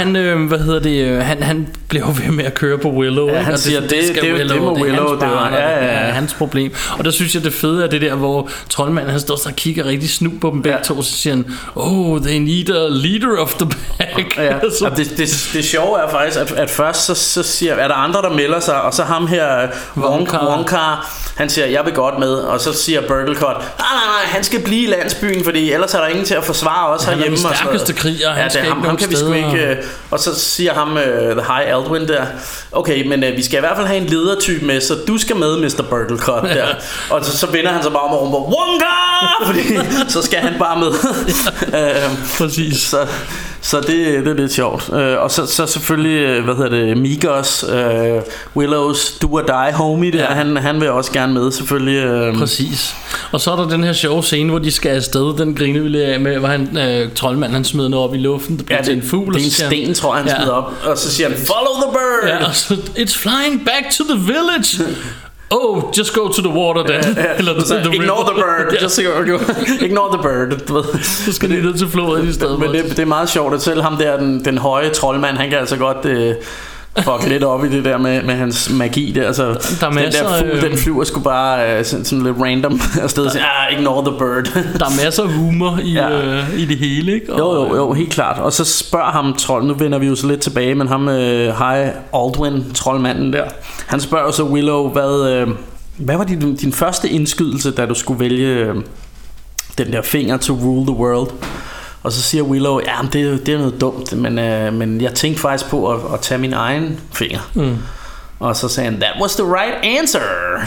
Han blev ved med at køre på Willow. Ja, han siger, det må Willow. Det er hans problem. Og der synes jeg, det fede er det der, hvor troldmanden han står og kigger rigtig snu på dem begge to, så siger han, they need a leader of the pack. Ja. Det sjove er faktisk, at først så siger, er der andre, der melder sig, og så ham her, Wonkar, han siger, jeg vil godt med, og så siger Burgle Cut, nej, han skal blive i landsbyen, fordi ellers er der ingen til at forsvare os herhjemme. Han er den stærkeste kriger, han skal ham kan vi sgu ikke. Og så siger ham, The High Aldwin der, okay, men vi skal i hvert fald have en ledertype med, så du skal med, Mr. Burgle Cut der. Og så vender han sig bare om og råber, Wonkar! Fordi så skal han bare med. Præcis. Så det er lidt sjovt. Og så selvfølgelig, Migos, Willows Do or Die homie der, han vil også gerne med, selvfølgelig. Præcis. Og så er der den her sjove scene, hvor de skal afsted. Den griner vi lidt af med, hvor han, troldmanden, han smider noget op i luften. Det bliver til en fugl. Det er en sten, tror jeg, han smider op. Og så siger han, follow the bird! Ja, og så, it's flying back to the village! Just go to the water then. Eller ignore the bird. Just ignore the bird. Så skal de ned til floden i stedet. Men det er meget sjovt, at selv ham der, den høje troldmand, han kan altså godt fuck lidt op i det der med hans magi der. Altså, den der fugl, den flyver sgu bare sådan lidt random afsted og siger, ignore the bird. Der er masser af humor i det hele, ikke? Og, jo, helt klart. Og så spørger ham trold, nu vender vi jo så lidt tilbage, men ham High Aldwin, troldmanden der, han spørger så Willow, hvad var din første indskydelse, da du skulle vælge den der finger to rule the world? Og så siger Willow, det er noget dumt, men jeg tænkte faktisk på at tage min egen finger. Og så sagde han, that was the right answer.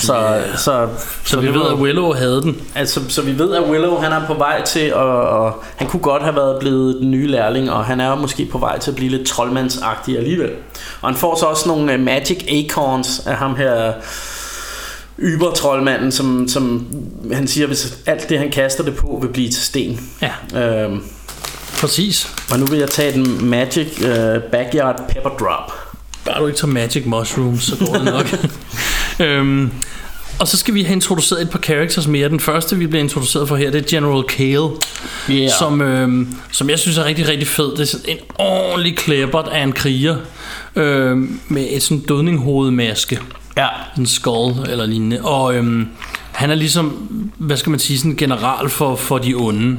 Så vi ved, at Willow havde den. Altså, så vi ved, at Willow han er på vej til og han kunne godt have været blevet den nye lærling, og han er måske på vej til at blive lidt troldmandsagtig alligevel. Og han får så også nogle magic acorns af ham her Yber-troldmanden, som han siger, hvis alt det han kaster det på vil blive til sten. Ja. Præcis. Og nu vil jeg tage den magic backyard pepper drop. Bare du ikke tager magic mushrooms, så går det nok. Og så skal vi have introduceret et par characters mere. Den første vi bliver introduceret for her, det er General Kale, som jeg synes er rigtig, rigtig fed. Det er en ordentlig klæbert af en kriger med et sådan dødninghovedmaske. Ja. En skull eller lignende. Og han er ligesom, hvad skal man sige, sådan en general for de onde.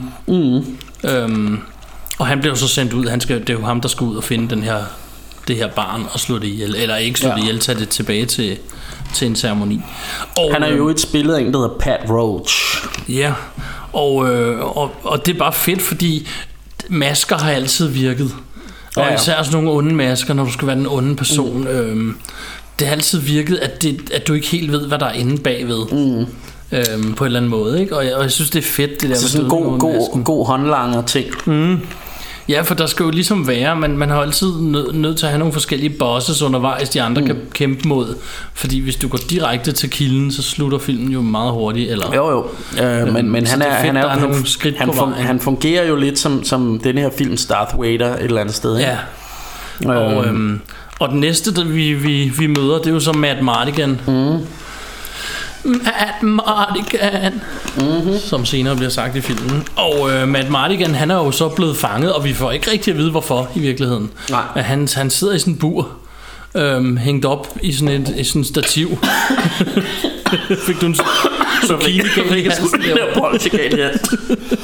Og han bliver så sendt ud. Det er jo ham, der skal ud og finde det her barn og slå det ihjel. Eller ikke slå det ihjel, tage det tilbage til en ceremoni. Og han er jo et spillet af en, der hedder Pat Roach. Ja. Og det er bare fedt, fordi masker har altid virket. Og især sådan nogle onde masker, når du skal være den onde person. Det har altid virket, at du ikke helt ved, hvad der er inde bagved. På en eller anden måde, ikke? Og jeg synes, det er fedt, det der så med sådan god håndlanger ting. Ja, for der skal jo ligesom være, man har altid nødt til at have nogle forskellige bosses undervejs, de andre kan kæmpe mod. Fordi hvis du går direkte til kilden, så slutter filmen jo meget hurtigt. Eller, jo. Men han fungerer jo lidt som den her films Darth Vader et eller andet sted. Ikke? Ja. Og den næste, vi møder, det er jo så Matt Mardigan. Matt Mardigan, som senere bliver sagt i filmen. Og Matt Mardigan, han er jo så blevet fanget, og vi får ikke rigtig at vide hvorfor i virkeligheden. Nej. Han sidder i sådan en bur, hængt op i sådan et stativ. Fik du en zucchini-gal i halsen?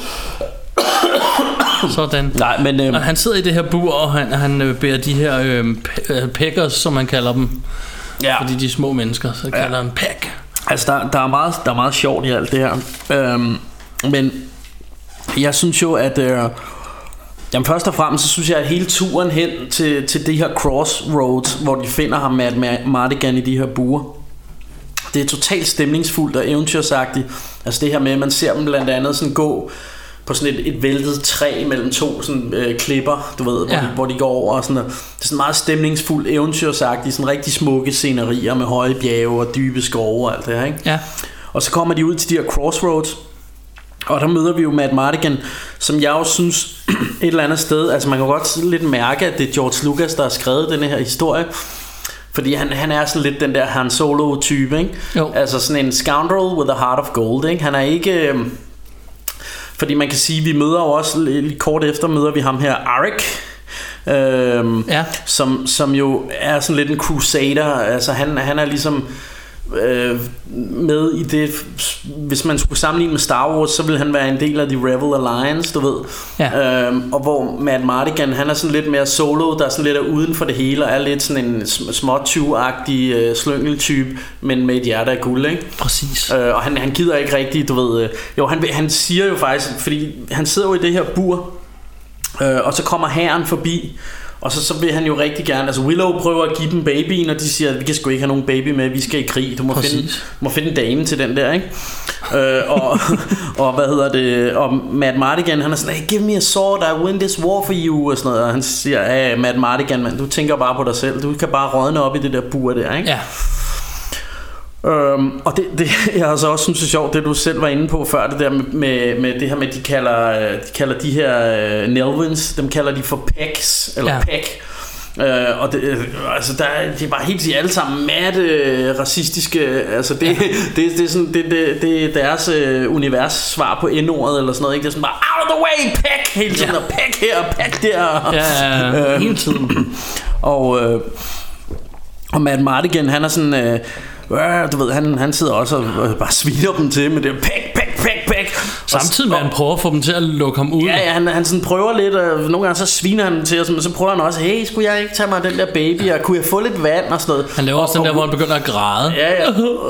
Sådan. Nej, men og han sidder i det her bur, og han bærer de her peckers, som man kalder dem. Ja. Fordi de er små mennesker, så kalder han pack. Altså der er meget sjovt i alt det her. Men jeg synes jo at jamen først og fremmest så synes jeg at hele turen hen til de her crossroads, hvor de finder ham med Mardigan i de her buer, det er totalt stemningsfuldt og eventyrsagtigt. Altså det her med at man ser dem blandt andet sådan gå på sådan et væltet træ mellem to sådan klipper, du ved, hvor de går over og sådan. Det er sådan meget stemningsfuldt, eventyrsagtigt, sådan rigtig smukke scenerier med høje bjerge og dybe skove og alt det her, ikke? Ja. Og så kommer de ud til de her crossroads, og der møder vi jo Matt Mardigan, som jeg jo synes et eller andet sted, altså man kan godt lidt mærke, at det er George Lucas, der har skrevet den her historie. Fordi han er sådan lidt den der Han Solo type, ikke? Jo. Altså sådan en scoundrel with a heart of gold, ikke? Han er ikke Fordi man kan sige, vi møder jo også lidt kort efter møder vi ham her Arik, som jo er sådan lidt en crusader. Altså han er ligesom med i det. Hvis man skulle sammenligne med Star Wars, så ville han være en del af The Rebel Alliance, du ved. Og hvor Matt Mardigan, han er sådan lidt mere solo, der er sådan lidt uden for det hele, og er lidt sådan en småtyv-agtig slyngeltype, men med et hjerte af guld, ikke? Præcis. Og han gider ikke rigtigt, du ved. Jo, han siger jo faktisk, fordi han sidder jo i det her bur, og så kommer hæren forbi. Og så vil han jo rigtig gerne. Altså Willow prøver at give dem babyen, og de siger, at vi kan sgu ikke have nogen baby med, vi skal i krig. Du må finde en dame til den der, ikke? Og hvad hedder det? Og Matt Mardigan, han er sådan, hey, give me a sword, I win this war for you, og sådan noget. Og han siger, hey, Matt Mardigan, man, du tænker bare på dig selv. Du kan bare rådne op i det der bur der, ikke? Ja. Og det jeg altså også synes er sjovt, det du selv var inde på før, det der med det her med, de kalder de her Nelvins, dem kalder de for Pegs, eller Peg. Og det, altså det er bare helt i alle sammen matte racistiske. Altså det er sådan det er deres univers svar på N-ordet eller sådan noget, ikke? Det er sådan bare out of the way, Peg hele tiden, og Peg her og Peg der. Ja, hele tiden. Og Matt Mardigan, han er sådan du ved, han sidder også og bare sviner dem til med det pæk. Samtidig med at han prøver at få dem til at lukke ham ud. Ja, han sådan prøver lidt, og nogle gange så sviner han til os, men så prøver han også, hey, skulle jeg ikke tage mig den der baby, og kunne jeg få lidt vand og sådan noget. Han laver også den der, hvor han begynder at græde. Ja.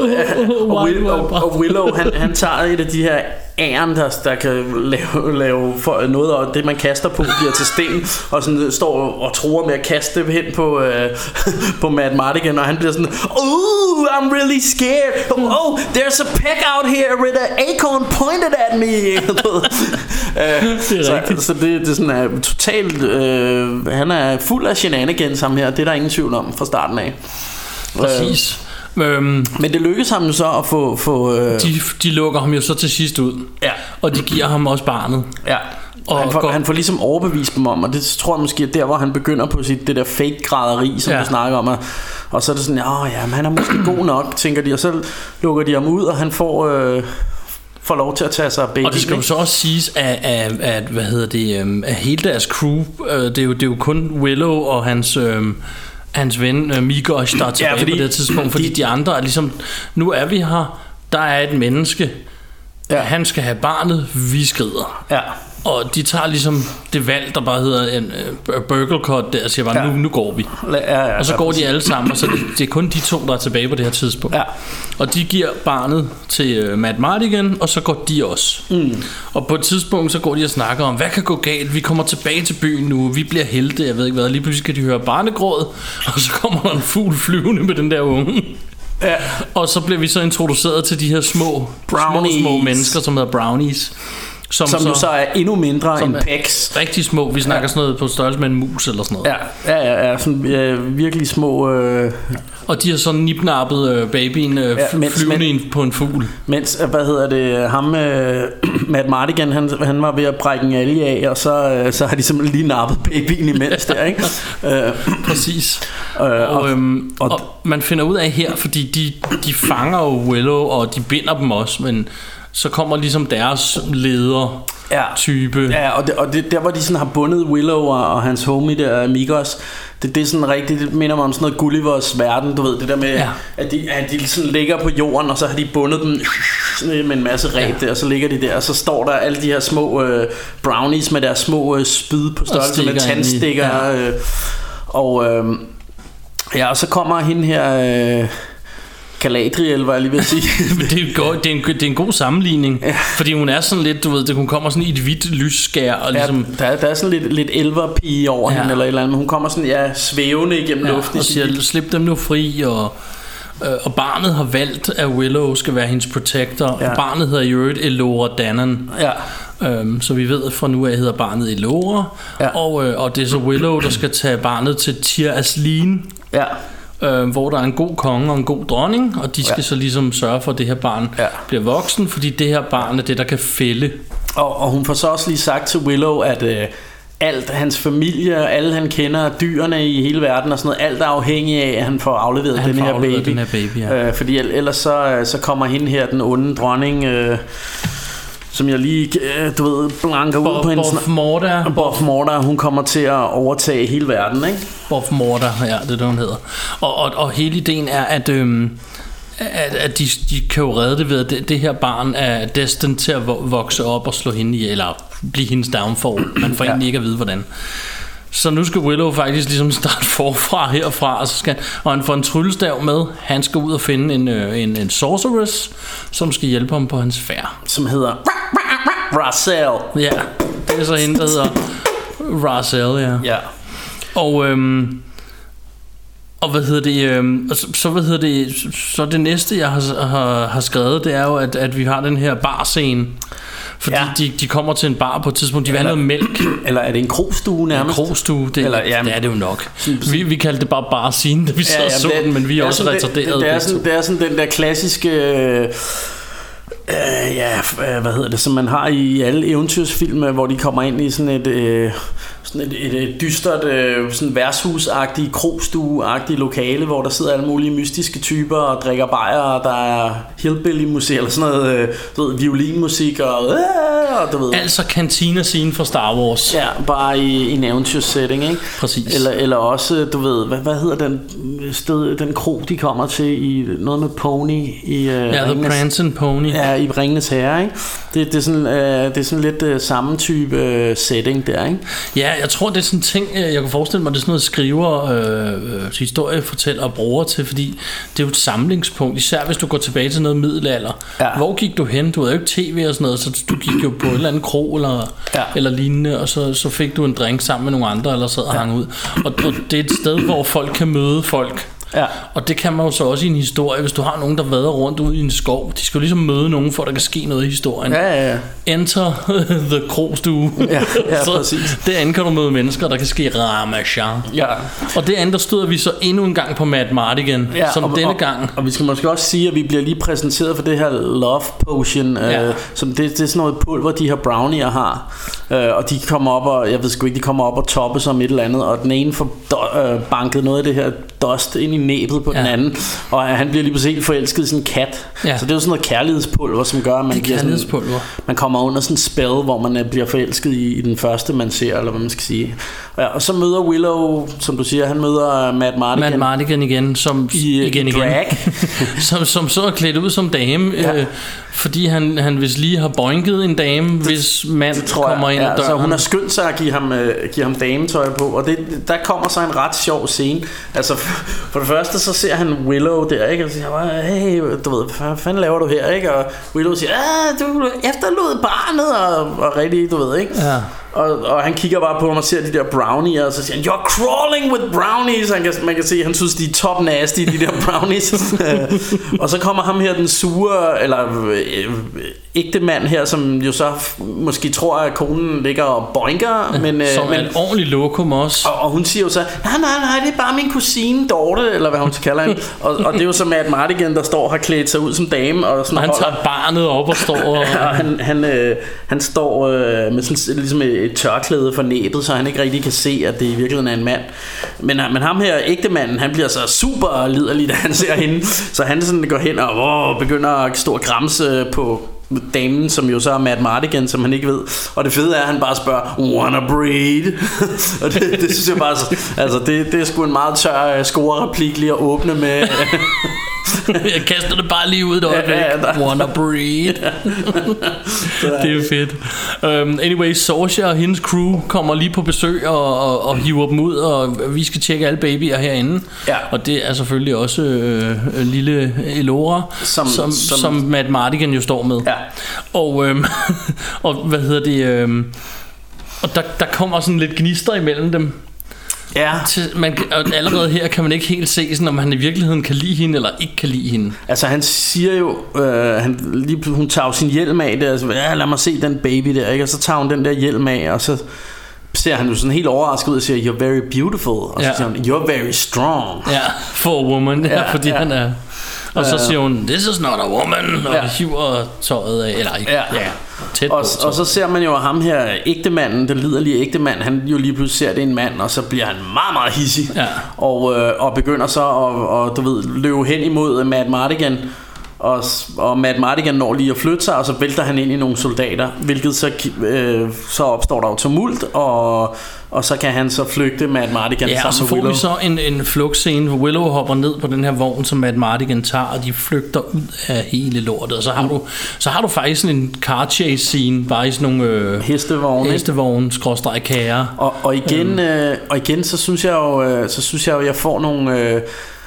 Og Willow, han tager et af de her æren, der kan lave noget, og det man kaster på bliver til sten, og sådan står og tror med at kaste det hen på Matt Mardigan, og han bliver sådan, I'm really scared. Oh, there's a peg out here with an acorn pointed at me. Så det er sådan totalt. Han er fuld af shenanigans ham her. Det er der ingen tvivl om fra starten af. Præcis. Men det lykkes ham jo så at få de lukker ham jo så til sidst ud. Ja. Og de giver ham også barnet. Ja. Og han får ligesom overbevist dem om, og det tror jeg måske er der, hvor han begynder på det der fake-graderi, som du snakker om. Og så er det sådan, men han er måske god nok, tænker de. Og så lukker de ham ud, og han får lov til at tage sig af baby. Og det skal jo så også siges, at hvad hedder det, at hele deres crew, det er jo kun Willow og hans ven Migos, der er tilbage på det tidspunkt, fordi de andre er ligesom, nu er vi her, der er et menneske, han skal have barnet, vi skrider. Ja. Og de tager ligesom det valg, der bare hedder en burgle cut der, og siger bare, nu går vi. Og så går de alle sammen, og så det er kun de to, der er tilbage på det her tidspunkt. Ja. Og de giver barnet til Matt Mardigan, og så går de også. Og på et tidspunkt, så går de og snakker om, hvad kan gå galt? Vi kommer tilbage til byen nu, vi bliver helte, jeg ved ikke hvad. Lige pludselig kan de høre barnegråd, og så kommer der en fugl flyvende med den der unge. Ja. Og så bliver vi så introduceret til de her små mennesker, som hedder brownies. Som jo så er endnu mindre end Pegs. Rigtig små. Vi snakker sådan noget på størrelse med en mus eller sådan noget. Ja, sådan virkelig små. Og de har sådan nipnappet babyen flyvende på en fugl. Mens, hvad hedder det, ham Matt Mardigan, han var ved at brække en alge af, og så har de simpelthen lige nappet babyen imens der, ikke? Præcis. Og man finder ud af her, fordi de fanger jo Willow, og de binder dem også, men så kommer ligesom deres leder type. Ja, og det der hvor de sådan har bundet Willow og hans homie der Migos, det er sådan rigtigt, det minder mig om sådan noget Gullivers verden, du ved, det der med at de sådan ligger på jorden, og så har de bundet dem med en masse reb der, og så ligger de der, og så står der alle de her små brownies med deres små spyd på størrelse med tandstikker, og så kommer hende her Galadriel, var jeg lige ved at sige. det er en god sammenligning, fordi hun er sådan lidt, du ved, hun kommer sådan i et hvidt lysskær, og ligesom der er sådan lidt elverpige over hende eller et eller andet, men hun kommer sådan svævende igennem luften og siger, slip dem nu fri, og barnet har valgt, at Willow skal være hendes protector, og barnet hedder i øvrigt Elora Danan. Så vi ved, at fra nu af hedder barnet Elora, og det er så Willow, der skal tage barnet til Tir Asleen. Hvor der er en god konge og en god dronning, og de skal så ligesom sørge for, at det her barn bliver voksen, fordi det her barn er det, der kan fælde. Og hun får så også lige sagt til Willow, at alt hans familie, alle han kender, dyrene i hele verden og sådan noget, alt er afhængig af, at han får afleveret den her baby. Fordi ellers så kommer hende her, den onde dronning, som jeg lige, blanker ud på hende. Boff Morda, hun kommer til at overtage hele verden, ikke? Boff Morda, ja, det hun hedder. Og hele ideen er, at de kan jo redde det ved, at det her barn er destined til at vokse op og slå hende ihjel, eller blive hendes downfall. Man får egentlig ikke at vide, hvordan. Så nu skal Willow faktisk ligesom starte forfra herfra, og han får en tryllestav med. Han skal ud og finde en sorceress, som skal hjælpe ham på hans færd. Som hedder Raziel. Ja, det er så hende, der hedder Raziel, ja. Og så det næste jeg har skrevet, det er jo at vi har den her barscene. Fordi de kommer til en bar på et tidspunkt. De vil have noget mælk. Eller er det en krogstue nærmest? En krogstue, det er det jo nok. Vi kaldte det bare barscene, da vi sad og så den. Men vi er også retarderet. Det er sådan den der klassiske som man har i alle eventyrsfilm, hvor de kommer ind i sådan et dystert sådan værtshusagtigt, krogstue-agtigt lokale, hvor der sidder alle mulige mystiske typer og drikker bajer, og der er hillbilly-musik eller sådan noget, violinmusik og du ved. Altså cantina-scene fra Star Wars. Ja, bare i en eventyrssetting, ikke? Præcis. Eller også, du ved, hvad hedder den krog, de kommer til i noget med Pony i The Prancing Pony. Ja, i Ringenes Herre, ikke? Det er sådan lidt samme type setting der, ikke? Ja, jeg tror det er sådan en ting, jeg kan forestille mig, det er sådan noget skriver, historiefortæller og bruger til, fordi det er jo et samlingspunkt, især hvis du går tilbage til noget middelalder. Ja. Hvor gik du hen? Du havde jo ikke tv og sådan noget, så du gik jo på et eller andet krog eller lignende, og så fik du en drink sammen med nogle andre, eller sad og hang ud. Og det er et sted, hvor folk kan møde folk. Ja. Og det kan man jo så også i en historie. Hvis du har nogen, der vader rundt ude i en skov, de skal jo ligesom møde nogen, for der kan ske noget i historien. Ja. Enter the krogstue. Ja, så præcis. derinde kan du møde mennesker, der kan ske ramachan. Ja. Og det andet, der støder vi så endnu en gang på Matt Mardigan, som denne gang. Og vi skal måske også sige, at vi bliver lige præsenteret for det her love potion, som det er sådan noget pulver, de her brownier har. Og de kommer op, og jeg ved sgu ikke, de kommer op og toppe som et eller andet, og den ene får banket noget af det her dust ind i næbet på den anden, og han bliver lige pludselig helt forelsket i sådan en kat. Så det er jo sådan noget kærlighedspulver, som gør, at man kommer under sådan en spell, hvor man bliver forelsket i den første, man ser, eller hvad man skal sige. Og så møder Willow, som du siger, han møder Matt Mardigan igen, som drag. som så er klædt ud som dame, fordi han vist lige har boinket en dame, hvis mand kommer ind ad døren. Så hun har skyndt sig at give ham dametøj på, og der kommer så en ret sjov scene. Altså for det første så ser han Willow der, ikke, og siger, hey, du ved, hvad fanden laver du her, ikke? Og Willow siger, du efterlod barnet, og rigtig, du ved, ikke? Ja. Og han kigger bare på ham og ser de der brownies, og så siger han, you're crawling with brownies. Man kan se, han synes, de er top nasty, de der brownies. Og så kommer ham her, den sure, eller ægte mand her, som jo så måske tror, at konen ligger og boinker. Men en ordentlig lokum også. Og hun siger jo så, nej, det er bare min kusine Dorte, eller hvad hun så kalder hende. Og det er jo så Matt Mardigan, der står og har klædt sig ud som dame. Og han tager barnet op og står og han står med sådan ligesom et tørklæde for næbet, så han ikke rigtig kan se, at det i virkeligheden er en mand. Men ham her, ægte manden, han bliver så super liderlig, da han ser hende. Så han sådan går hen og begynder at stå og gramse på damen, som jo så er Matt Mardigan, som han ikke ved. Og det fede er, at han bare spørger, wanna breed? Og det synes jeg bare, altså det er sgu en meget tør score-replik lige at åbne med. Jeg kaster det bare lige ud et øjeblik. Wanna breed? Det er fedt. Anyway, Sorcia og hendes crew kommer lige på besøg og hiver dem ud, og vi skal tjekke alle babyer herinde. Og det er selvfølgelig også lille Elora, som Matt Mardigan jo står med. Og hvad hedder det? Og der kommer sådan lidt gnister imellem dem. Ja. Allerede her kan man ikke helt se sådan, om han i virkeligheden kan lide hende eller ikke kan lide hende. Altså han siger jo hun tager sin hjelm af der, altså, lad mig se den baby der, ikke? Og så tager hun den der hjelm af, og så ser han jo sådan helt overrasket ud og siger, you're very beautiful. Og så siger hun, you're very strong. Ja, for a woman. Fordi han er. Og så siger hun, this is not a woman. Og hiver tøjet af. Eller ikke. Tæt og så ser man jo ham her, ægtemanden, den liderlige ægtemand, han jo lige pludselig ser det en mand, og så bliver han meget, meget hissig. Og begynder så at du ved, løbe hen imod Matt Mardigan. og Matt Mardigan når lige at flytte sig, og så vælter han ind i nogle soldater, hvilket så opstår der jo tumult, og så kan han så flygte Matt Mardigan sammen med Willow. Ja, og så får vi så en flugtscene, hvor Willow hopper ned på den her vogn, som Matt Mardigan tager, og de flygter ud af hele lortet. Og så har du faktisk en car chase scene, bare i sådan nogle hestevogne, skråstreg kager. Og igen, så synes jeg jo, jeg får nogle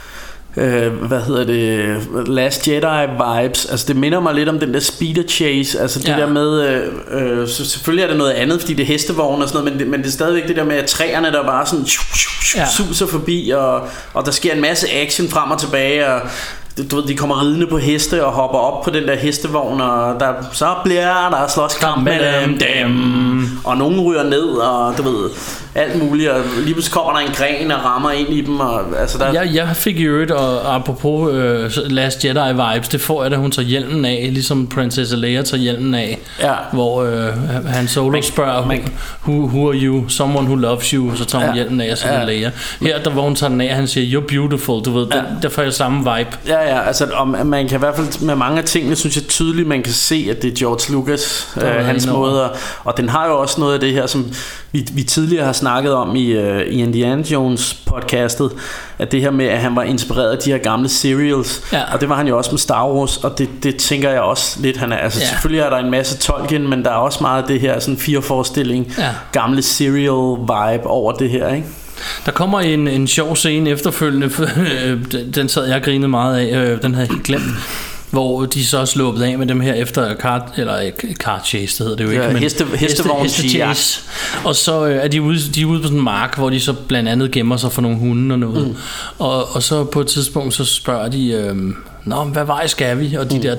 Last Jedi vibes. Altså det minder mig lidt om den der speeder chase. Altså det der med så selvfølgelig er det noget andet, fordi det er hestevogne og sådan noget, men det er stadigvæk det der med at træerne der bare sådan suser forbi, og der sker en masse action frem og tilbage, og du ved, de kommer ridende på heste og hopper op på den der hestevogn, og så bliver der slåskamp mellem dem, og nogen ryger ned, og du ved, alt muligt, og lige pludselig kommer der en gren og rammer ind i dem, og altså der... Jeg fik i øvrigt, og apropos Last Jedi vibes, det får jeg, da hun tager hjelmen af, ligesom Princess Leia tager hjelmen af, hvor Han Solo spørger, who are you? Someone who loves you, så tager hun hjelmen af, og så er Leia. Her, hvor hun tager den af, han siger, you're beautiful, du ved, der får jeg samme vibe. Ja, altså man kan i hvert fald med mange af tingene, synes jeg tydeligt, man kan se, at det er George Lucas, hans måde, og den har jo også noget af det her, som vi tidligere har snakket om i Indiana Jones podcastet, at det her med, at han var inspireret af de her gamle serials, og det var han jo også med Star Wars, og det tænker jeg også lidt, han er, altså selvfølgelig er der en masse Tolkien, men der er også meget af det her sådan 4-forestilling, gamle serial vibe over det her, ikke? Der kommer en sjov scene efterfølgende, den sad jeg og grinede meget af, den havde jeg helt glemt, hvor de så er sluppet af med dem her efter car chase, det hedder det jo ikke, men hestevogn chase. Og så er de ude på sådan en mark, hvor de så blandt andet gemmer sig for nogle hunde og noget. Og så på et tidspunkt så spørger de, hvad vej skal vi? Og de der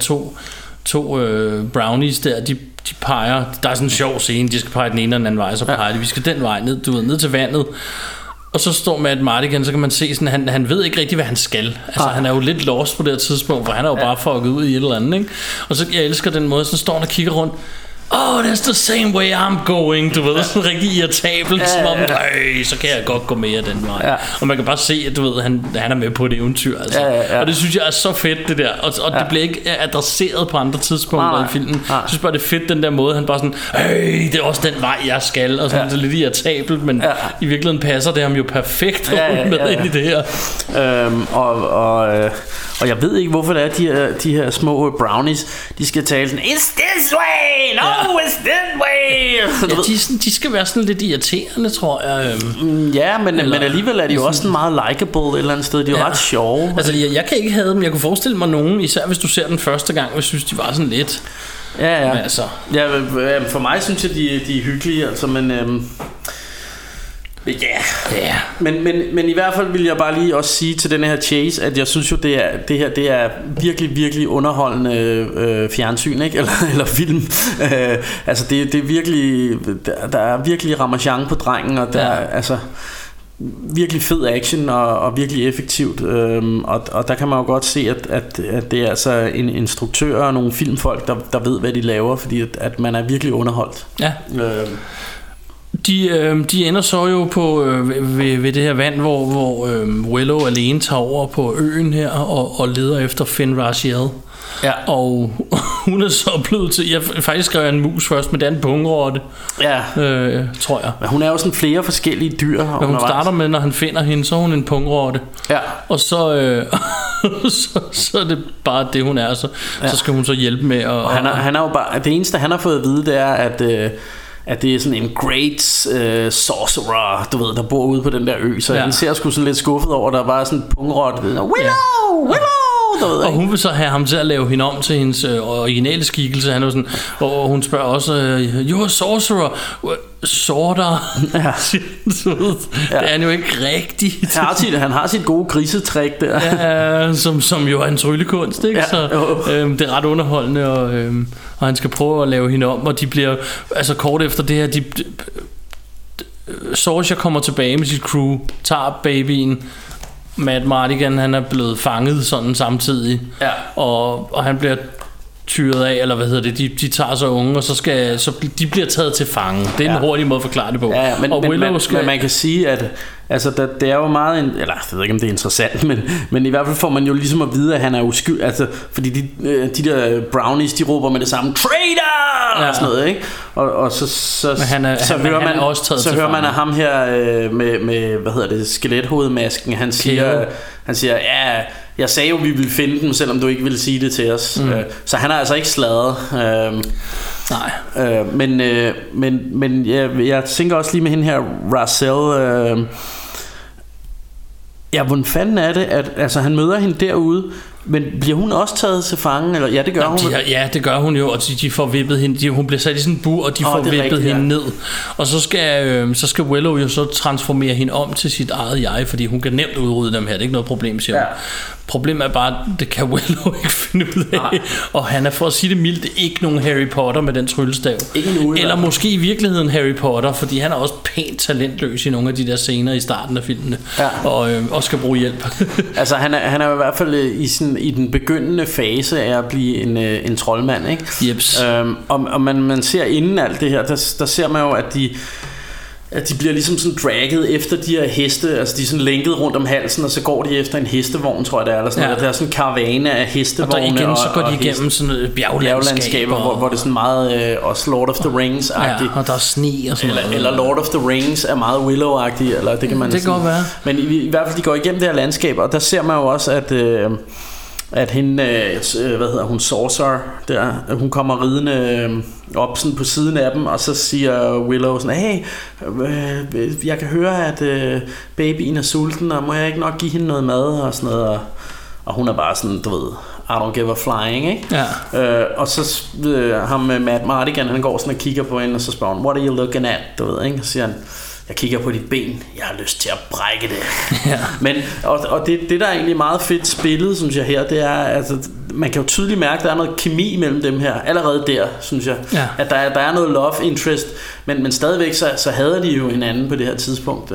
to brownies der, de peger, der er sådan en sjov scene, de skal pege den ene og den anden vej, så peger de, vi skal den vej ned til vandet. Og så står Matt Mardigan, så kan man se sådan, han ved ikke rigtig, hvad han skal. Altså han er jo lidt lost på det her tidspunkt, for han er jo bare fucket ud i et eller andet, ikke? Og så jeg elsker den måde, så står han og kigger rundt. That's the same way I'm going. Du ved, sådan rigtig irritabelt, som om, så kan jeg godt gå mere den vej. Og man kan bare se, at du ved, han er med på et eventyr, altså. Og det synes jeg er så fedt, det der. Og det bliver ikke adresseret på andre tidspunkter i filmen. Jeg synes bare, det er fedt, den der måde, han bare sådan, det er også den vej, jeg skal. Og sådan, det er lidt irritabelt, men i virkeligheden passer det ham jo perfekt med ind i det her. Og jeg ved ikke, hvorfor det er, de her små brownies, de skal tale sådan, it's this way, no, it's this way. De skal være sådan lidt irriterende, tror jeg. Men alligevel er de jo også sådan meget likeable et eller andet sted. De er jo ret sjove. Altså, jeg kan ikke have dem. Jeg kunne forestille mig nogen, især hvis du ser den første gang, jeg synes, de var sådan lidt. Men altså. For mig synes jeg, de er hyggelige, altså, men... Men i hvert fald vil jeg bare lige også sige til den her chase, at jeg synes jo det er virkelig virkelig underholdende fjernsyn, ikke? Eller film. Altså det er virkelig, der er virkelig ramachan på drengen, og der er altså virkelig fed action og virkelig effektivt, og der kan man jo godt se, at det er altså en instruktør og nogle filmfolk, der ved hvad de laver, fordi at man er virkelig underholdt. De ender så jo på ved det her vand, hvor Willow alene tager over på øen her og leder efter Finn Raziel. Og hun er så blevet til, jeg faktisk skrev en mus først, men det er en pungrotte, tror jeg. Men hun er jo sådan flere forskellige dyr. Men hun starter med, når han finder hende, så er hun en pungrotte. Og så så er det bare det hun er, så skal hun så hjælpe med. Og han er jo bare, det eneste han har fået at vide, det er at det er sådan en great sorcerer, du ved, der bor ude på den der ø. Så han ser sgu sådan lidt skuffet over, der var sådan en pungrot. Willow! Og hun vil så have ham til at lave hende om til hendes originale skikkelse. Han er sådan, og hun spørger også, you're a sorcerer. Sorter. Det er han jo ikke rigtigt. Han har sit gode grisetræk der. Som jo er en tryllekunst, ikke? Så det er ret underholdende, og han skal prøve at lave hende om, og de bliver, altså kort efter det her, Sorcerer kommer tilbage med sit crew, tager babyen. Matt Mardigan, han er blevet fanget sådan samtidig, og han bliver tyret af, eller hvad hedder det, de tager sig unge, og så de bliver taget til fange. Det er en hurtig måde at forklare det på. Ja, men man kan sige, at altså, det er jo meget, eller jeg ved ikke, om det er interessant, men i hvert fald får man jo ligesom at vide, at han er uskyld, altså, fordi de der brownies, de råber med det samme, traitor! Og sådan noget, ikke? Og så hører man af ham her med hvad hedder det, skelethovedmasken, han siger, ja, jeg sagde jo, vi ville finde dem, selvom du ikke ville sige det til os. Så han er altså ikke sladret. Nej. Men jeg tænker også lige med hende her, Rachel. Hvordan fanden er det, at altså, han møder hende derude, men bliver hun også taget til fange? Eller? Ja, det gør hun. Ja, det gør hun jo, og de får vippet hende. Hun bliver sat i sådan en bur, og de får vippet hende ned. Og så skal Willow jo så transformere hende om til sit eget jeg, fordi hun kan nemt udrydde dem her. Det er ikke noget problem, siger hun. Problemet er bare, det kan Willow ikke finde ud af. Nej. Og han er, for at sige det mildt, ikke nogen Harry Potter med den tryllestav. Eller måske i virkeligheden Harry Potter, fordi han er også pænt talentløs i nogle af de der scener i starten af filmene. Og skal bruge hjælp. Altså han er jo i hvert fald i den begyndende fase af at blive en troldmand, ikke? Jeps. Og man ser inden alt det her, der ser man jo, at de bliver ligesom sådan dragget efter de her heste. Altså de er sådan lænket rundt om halsen, og så går de efter en hestevogn, tror jeg det er, eller sådan noget. Der er sådan en karavane af hestevogne. Og igen så går de igennem sådan noget bjerglandskaber, hvor det er sådan meget også Lord of the Rings-agtigt. Ja, og der er sne og sådan noget. Eller Lord of the Rings er meget Willow-agtigt, eller det kan man. Det kan godt være. Men i hvert fald de går igennem det her landskab, og der ser man jo også at hende, hvad hedder hun, Sorcerer der, hun kommer ridende op sådan på siden af dem, og så siger Willow sådan, hey, jeg kan høre, at babyen er sulten, og må jeg ikke nok give hende noget mad og sådan noget, og hun er bare sådan, du ved, I don't give a flying, ikke? Ja. Og så ham Matt Mardigan, han går sådan og kigger på hende, og så spørger hun, what are you looking at, du ved, ikke? Og så siger han, jeg kigger på dit ben, jeg har lyst til at brække det. Ja. Men, og det der er egentlig meget fedt spillet, synes jeg her, det er, altså, man kan jo tydeligt mærke, at der er noget kemi mellem dem her, allerede der, synes jeg. Ja. At der er noget love interest, men stadigvæk så hader de jo hinanden på det her tidspunkt.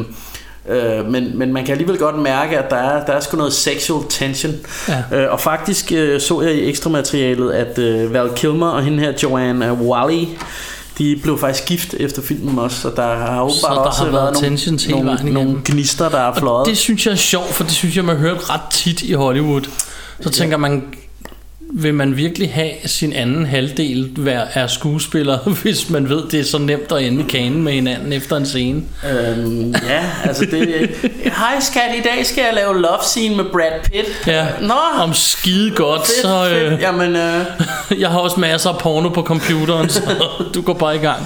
Men man kan alligevel godt mærke, at der er sgu noget sexual tension. Ja. Og faktisk så jeg i ekstra materialet, at Val Kilmer og hende her, Joanne Whalley, de blev faktisk gift efter filmen også, så der har åbenbart også været nogle gnister, der er fløjet. Det synes jeg er sjovt, for det synes jeg, man har hørt ret tit i Hollywood. Så tænker man, vil man virkelig have sin anden halvdel er skuespiller, hvis man ved, det er så nemt at ende i kanen med hinanden efter en scene? Ja, altså det. Hej skat, i dag skal jeg lave love scene med Brad Pitt. Ja, om skide godt. Fedt, så jamen, jeg har også masser af porno på computeren, så du går bare i gang.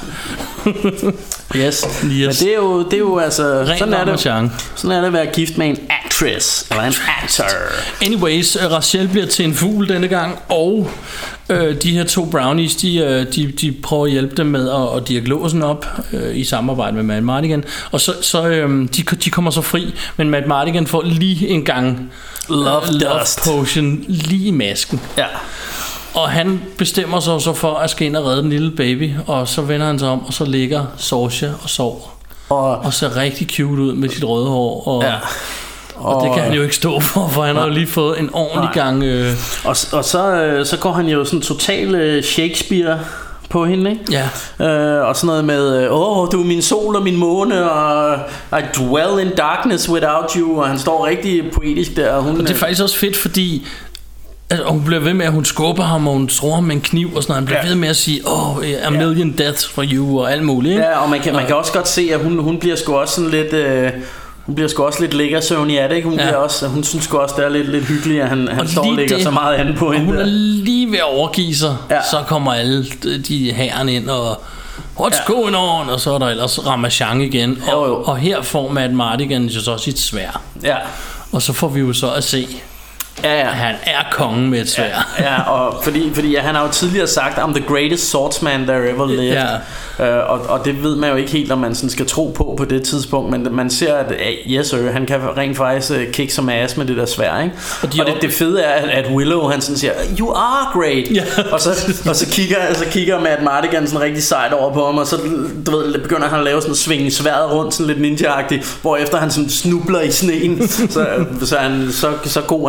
Yes. Men det er jo altså sådan er det at være gift med en actress eller en actor. Anyways, Rachel bliver til en fugl denne gang, og de her to brownies, de prøver at hjælpe dem med at dirke låsen op i samarbejde med Matt Mardigan, og så de kommer så fri, men Matt Mardigan får lige en gang love potion lige i masken. Ja. Og han bestemmer sig så for at skal ind og redde den lille baby, og så vender han sig om, og så ligger Sorcia og sover. Og ser rigtig cute ud med sit røde hår. Og det kan han jo ikke stå for han har jo lige fået en ordentlig gang. Og så går han jo sådan total Shakespeare på hende, ikke? Ja. Og sådan noget med, du er min sol og min måne, og I dwell in darkness without you, og han står rigtig poetisk der. Og det er faktisk også fedt, fordi og hun bliver ved med, at hun skubber ham, og hun tror ham med en kniv og sådan noget. Han bliver ved med at sige, a million deaths for you, og alt muligt, ikke? Ja, og man kan også godt se, at hun bliver sgu også sådan lidt hun bliver sgu også lidt lækkersøvnig af det, ikke? Hun synes sgu også, det er lidt hyggeligt, at han står og lægger så meget an på hende. Hun er lige ved at overgive sig, så kommer alle de herren ind, og what's going on? Og så er der ellers Ramachan igen. Og her får Matt Mardigan jo så sit sværd. Ja. Og så får vi jo så at se, han er kongen med et sværd. Ja, og fordi han har jo tidligere sagt, I'm the greatest swordsman there ever lived. Og det ved man jo ikke helt, om man sådan skal tro på det tidspunkt. Men man ser, at yes sir, han kan rent faktisk kick som ass med det der sværd, ikke? Og det fede er, at Willow, han sådan siger, you are great. Og så kigger Matt Mardigan sådan rigtig sejt over på ham, og så begynder han at lave sådan svinge sværdet rundt, sådan lidt ninja-agtigt, hvorefter han sådan snubler i sneen. Så god er han altså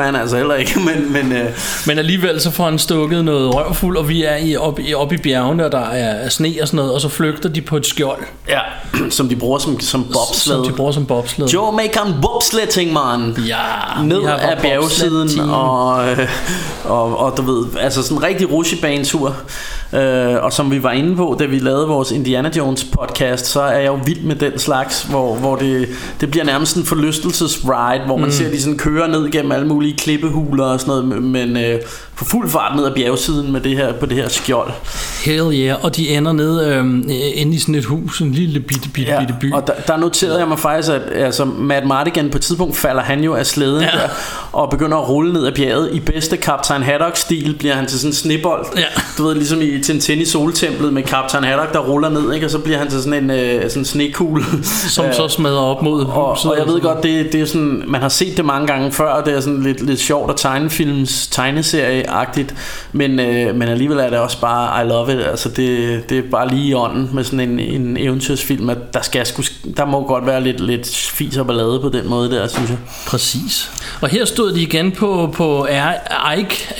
heller ikke. Men alligevel så får han stukket noget røvfuld, og vi er oppe i bjergene, og der er sne og sådan noget, og så flygter de på et skjold. Ja, som de bruger som bobsled. Joe Macon bobsledding, man. Ja, ned af bjergsiden, og du ved, altså sådan en rigtig rutsjebanetur. Og som vi var inde på, da vi lavede vores Indiana Jones podcast, så er jeg jo vild med den slags, hvor det bliver nærmest en forlystelsesride, hvor man ser de sådan køre ned gennem alle mulige klippehuler og sådan noget, men på fuld fart ned ad bjergsiden med det her, på det her skjold. Hell yeah, og de ender ned inde i sådan et hus, en lille bitte by. Og der noterede jeg mig faktisk, at altså, Matt Mardigan på et tidspunkt falder han jo af slæden der, og begynder at rulle ned ad bjerget. I bedste Captain Haddock-stil bliver han til sådan en snebold. Ja. Du ved, ligesom i Tintin i soltemplet med Captain Haddock, der ruller ned, ikke? Og så bliver han til sådan en snekugle. Som så smadrer op mod huset. Og jeg ved godt, det er sådan, man har set det mange gange før, og det er sådan lidt sjovt og tegneserie-agtigt, men alligevel er det også bare I love it. Altså det er bare lige i ånden med sådan en eventyrsfilm, at der må godt være lidt fis og ballade på den måde der, synes jeg. Præcis. Og her stod de igen på Erik.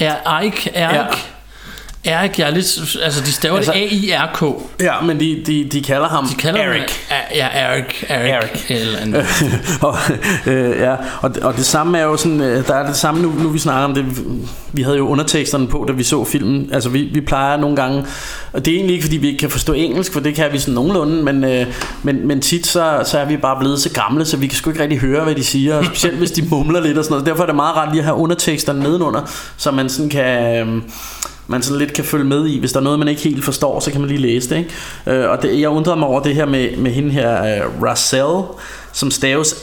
Erik, jeg er lidt, altså de staver det A-I-R-K. Ja, men de kalder ham Erik. Erik eller andet. og det samme er jo sådan, der er det samme nu vi snakker om det. Vi havde jo underteksterne på, da vi så filmen. Altså vi plejer nogle gange, og det er egentlig ikke fordi vi ikke kan forstå engelsk, for det kan vi sådan nogenlunde, men tit så er vi bare blevet så gamle, så vi kan sgu ikke rigtig høre, hvad de siger, og specielt hvis de mumler lidt og sådan noget. Derfor er det meget rart lige at have underteksterne nedenunder, så man sådan kan lidt kan følge med i. Hvis der er noget man ikke helt forstår, så kan man lige læse det, ikke? Og jeg undrede mig over det her med hende her Razel, som staves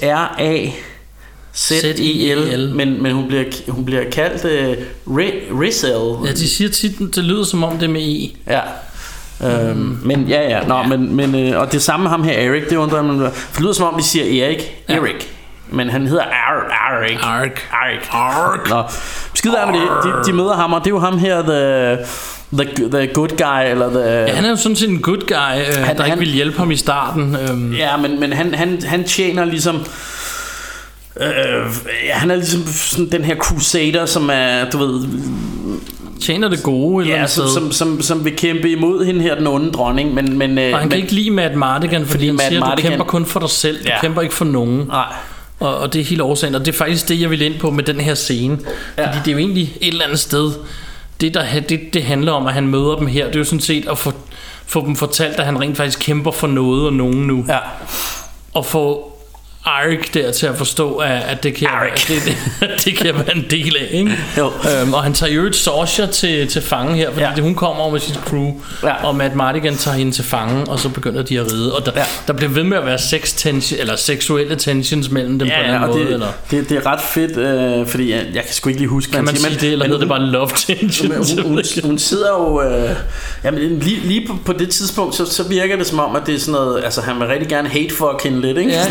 R-A-Z-E-L, men hun bliver kaldt Razel. Ja, de siger tit, det lyder som om det er med E. Ja. Men og det samme med ham her Erik, det undrer mig. For det lyder som om de siger Erik. Men han hedder Erik. Nå, skid af med det. De møder ham, og det er jo ham her, the good guy, eller Ja, han er jo sådan set en good guy, der ikke ville hjælpe ham i starten. Ja, men han tjener ligesom. Han er ligesom sådan den her crusader, som er, du ved, tjener det gode eller som vil kæmpe imod hende her, den onde dronning, men og han kan ikke lide Matt Mardigan, fordi han siger, du kæmper kun for dig selv, du kæmper ikke for nogen. Nej. Og det er helt årsagen, og det er faktisk det, jeg vil ind på med den her scene. Fordi det er jo egentlig et eller andet sted, det handler om, at han møder dem her. Det er jo sådan set at få dem fortalt, at han rent faktisk kæmper for noget og nogen nu. Ja. Og få Erik der til at forstå, at det kan være en del af, ikke? Og han tager jo Saoirse til fange her, fordi hun kommer med sit crew, og Matt Mardigan tager hende til fange, og så begynder de at ride, og der bliver ved med at være seksuelle tensions mellem dem på en eller anden måde. Eller? Det er ret fedt, fordi jeg kan sgu ikke lige huske, kan man sige det, eller hedder det bare love tensions? Hun sidder jo lige på det tidspunkt, så virker det som om, at det er sådan noget, altså han vil rigtig gerne hate fuck hende lidt, ikke?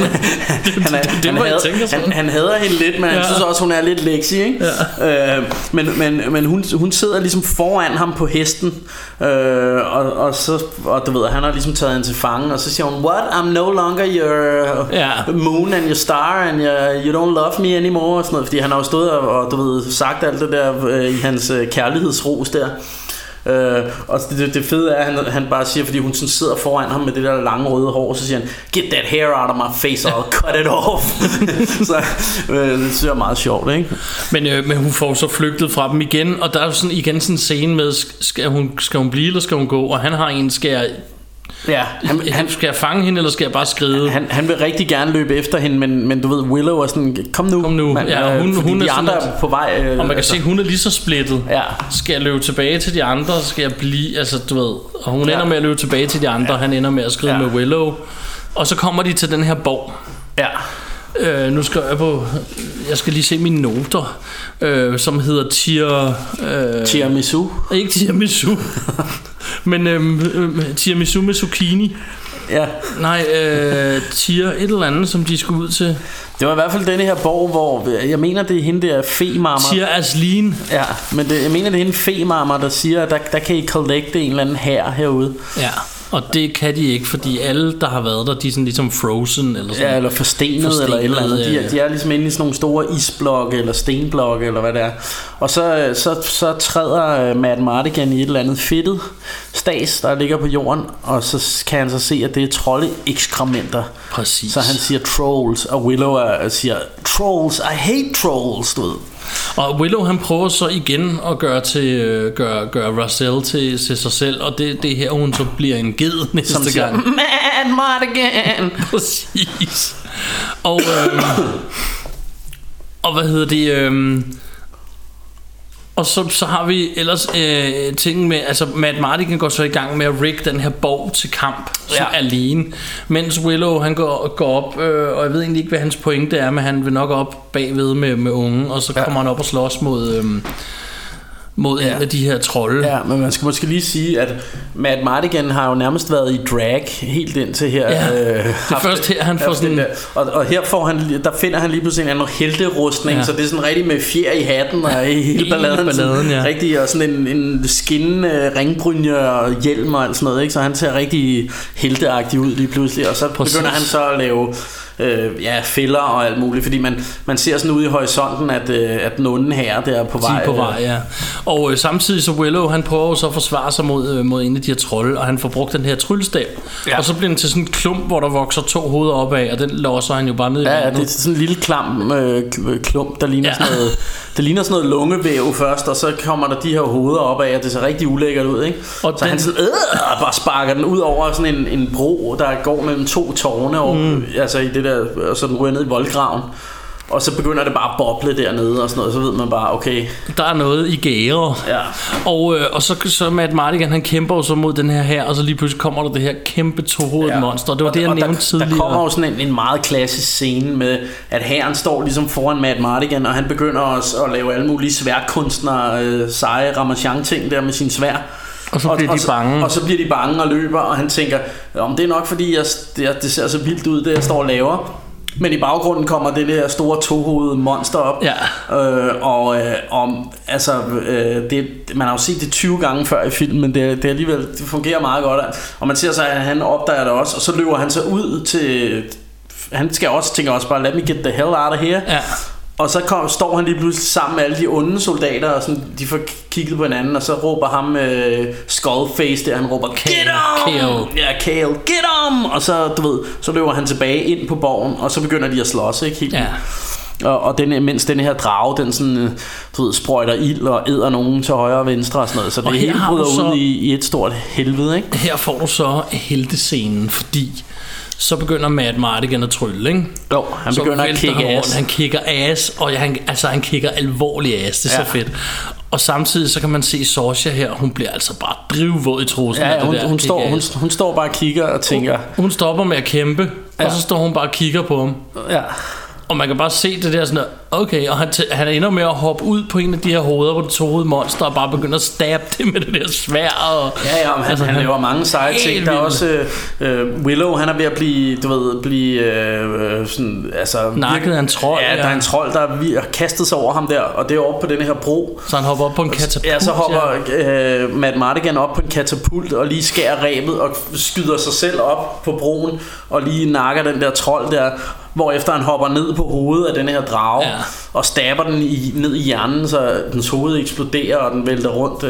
Han hader hende lidt, men han synes også, hun er lidt Lexi, ikke? Ja. Men hun sidder ligesom foran ham på hesten, og du ved, han har ligesom taget hende til fange, og så siger hun, what? I'm no longer your moon and your star, and you don't love me anymore, og sådan noget, fordi han har jo stået og du ved, sagt alt det der i hans kærlighedsros der. Og det fede er, at han bare siger, fordi hun sådan sidder foran ham med det der lange røde hår, så siger han, get that hair out of my face, I'll cut it off. Så det synes jeg er meget sjovt, ikke? Men hun får så flygtet fra dem igen, og der er jo sådan igen sådan en scene med, skal hun blive eller skal hun gå, og han har en skal jeg fange hende, eller skal jeg bare skride? Han vil rigtig gerne løbe efter hende, men du ved, Willow er sådan, kom nu. Man, hun de andre er på vej. Og man kan se, hun er lige så splittet. Skal jeg løbe tilbage til de andre? Skal jeg blive, altså du ved, og hun ender med at løbe tilbage til de andre, han ender med at skride med Willow. Og så kommer de til den her borg. Ja. Nu skal jeg skal lige se mine noter, som hedder Tiramisu. Ikke tiramisu. Men tiramisu med zucchini. Ja. Nej, et eller andet, som de skulle ud til. Det var i hvert fald denne her borg, hvor jeg mener, det er hende der Fe-mamma. Tir Asleen. Ja, men jeg mener, det er hende Fe-mamma, der siger, at der kan I collecte en eller anden hær herude. Ja. Og det kan de ikke, fordi alle, der har været der, de er sådan ligesom frozen eller sådan. Ja, eller forstenet eller et eller andet. De er ligesom inde i sådan nogle store isblokke eller stenblokke eller hvad det er. Og så træder Matt Mardigan i et eller andet fedtet stas, der ligger på jorden, og så kan han så se, at det er trolde-ekskrementer. Præcis. Så han siger trolls, og Willow siger trolls, I hate trolls, du ved. Og Willow han prøver så igen at gøre Raziel til sig selv, og det er her hun så bliver en ged næste gang. Matt Mardigan. Præcis. Og hvad hedder det? Og så har vi ellers ting med, altså Matt Mardigan går så i gang med at rigge den her borg til kamp alene, mens Willow han går op, og jeg ved egentlig ikke hvad hans pointe er, men han vil nok op bagved med ungen, og så kommer han op og slås mod en af de her trolde. Ja, men man skal måske lige sige, at Matt Mardigan har jo nærmest været i drag helt indtil her. Ja, det er først her, han får sådan... Og her der finder han lige pludselig en helterustning, så det er sådan rigtig med fjer i hatten og hele balladen ja. Rigtig, og sådan en skinnende ringbrynje og hjelm og alt sådan noget, ikke? Så han ser rigtig helteagtig ud lige pludselig, og så begynder han så at lave... fælder og alt muligt, fordi man ser sådan ude i horisonten, at den onde herre der er på vej. På vej, ja. Og samtidig så Willow, han prøver så at forsvare sig mod en af de her trolde, og han får brugt den her tryllestav. Ja. Og så bliver den til sådan en klump, hvor der vokser 2 hoveder opad, og den låser han jo bare ned i vandet. Ja, det er sådan en lille klump, der ligner sådan noget. Det ligner sådan noget lungevæv først, og så kommer der de her hoveder opad, og det ser rigtig ulækkert ud, ikke? Og så han sådan bare sparker den ud over sådan en bro, der går mellem 2 tårne, og altså i det der, og så den ryger ned i voldgraven. Og så begynder det bare at boble dernede og sådan noget. Så ved man bare, okay, der er noget i gære. Ja. Og så Matt Mardigan, han kæmper jo så mod den her, og så lige pludselig kommer der det her kæmpe tohovedet monster. Det var det, jeg nævnte tidligere. Der kommer jo sådan en meget klassisk scene med, at hæren står ligesom foran Matt Mardigan, og han begynder også at lave alle mulige sværkunstnere, seje Ramachan-ting der med sin svær. Og så bliver de bange. Og så bliver de bange og løber, og han tænker, om det er nok fordi det ser så vildt ud, det jeg står og laver. Men i baggrunden kommer det der store tohovedede monster op. Ja. Man har jo set det 20 gange før i filmen, men det alligevel, det fungerer meget godt. Og man ser så, at han opdager det også, og så løber han så ud til... Han tænker også bare, let me get the hell out of here. Ja. Og så står han lige pludselig sammen med alle de onde soldater, og sådan, de får kigget på hinanden, og så råber ham Skullface der, han råber Kale, get him! Og så, så løber han tilbage ind på borgen, og så begynder de at slås, ikke? Helt og mens den her drage, den sådan, sprøjter ild og æder nogen til højre og venstre og sådan noget, så det hele bryder ud i et stort helvede, ikke? Her får du så heltescenen, fordi så begynder Matt Mardigan at trylle, ikke? Jo, han begynder at kigge ass. Han kigger ass, og han kigger alvorlig ass. Det er så fedt. Og samtidig så kan man se Sorcia her, hun bliver altså bare drivvåd i trusen. Ja, hun står bare og kigger og tænker... Hun stopper med at kæmpe, og så står hun bare og kigger på ham. Ja. Og man kan bare se det der sådan, okay, og han ender med at hoppe ud på en af de her hoveder på det tohovedede monster og bare begynder at stabbe det med det der sværd. Han laver mange seje ting. Der er også Willow, han er ved at blive sådan, altså nakket af en trold. Ja, der er en trold, der har kastet sig over ham der, og det er oppe på den her bro. Så han hopper op på en katapult. Ja, så hopper Matt Mardigan op på en katapult og lige skærer rebet og skyder sig selv op på broen og lige nakker den der trold der. Hvorefter han hopper ned på hovedet af den her drage og stabber den ned i hjernen, så dens hoved eksploderer og den vælter rundt.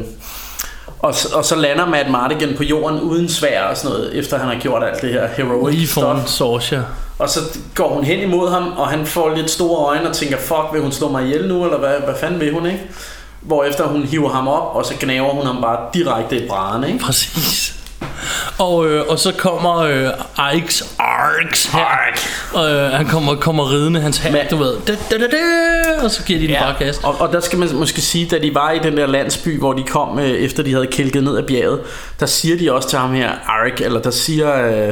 Og så lander Matt Mardigan på jorden uden sværd og sådan noget, efter han har gjort alt det her heroic lige foran Sorcia. Og så går hun hen imod ham, og han får lidt store øjne og tænker, fuck, vil hun slå mig ihjel nu, eller hvad fanden vil hun, ikke? Hvorefter hun hiver ham op, og så gnaver hun ham bare direkte i brædderne, ikke? Præcis. Og så kommer Arx her. Han kommer ridende, hans her, du ved, og så giver de den bare gas. Og der skal man måske sige, da de var i den der landsby, hvor de kom efter de havde kælket ned af bjerget, der siger de også til ham her Arx, eller der siger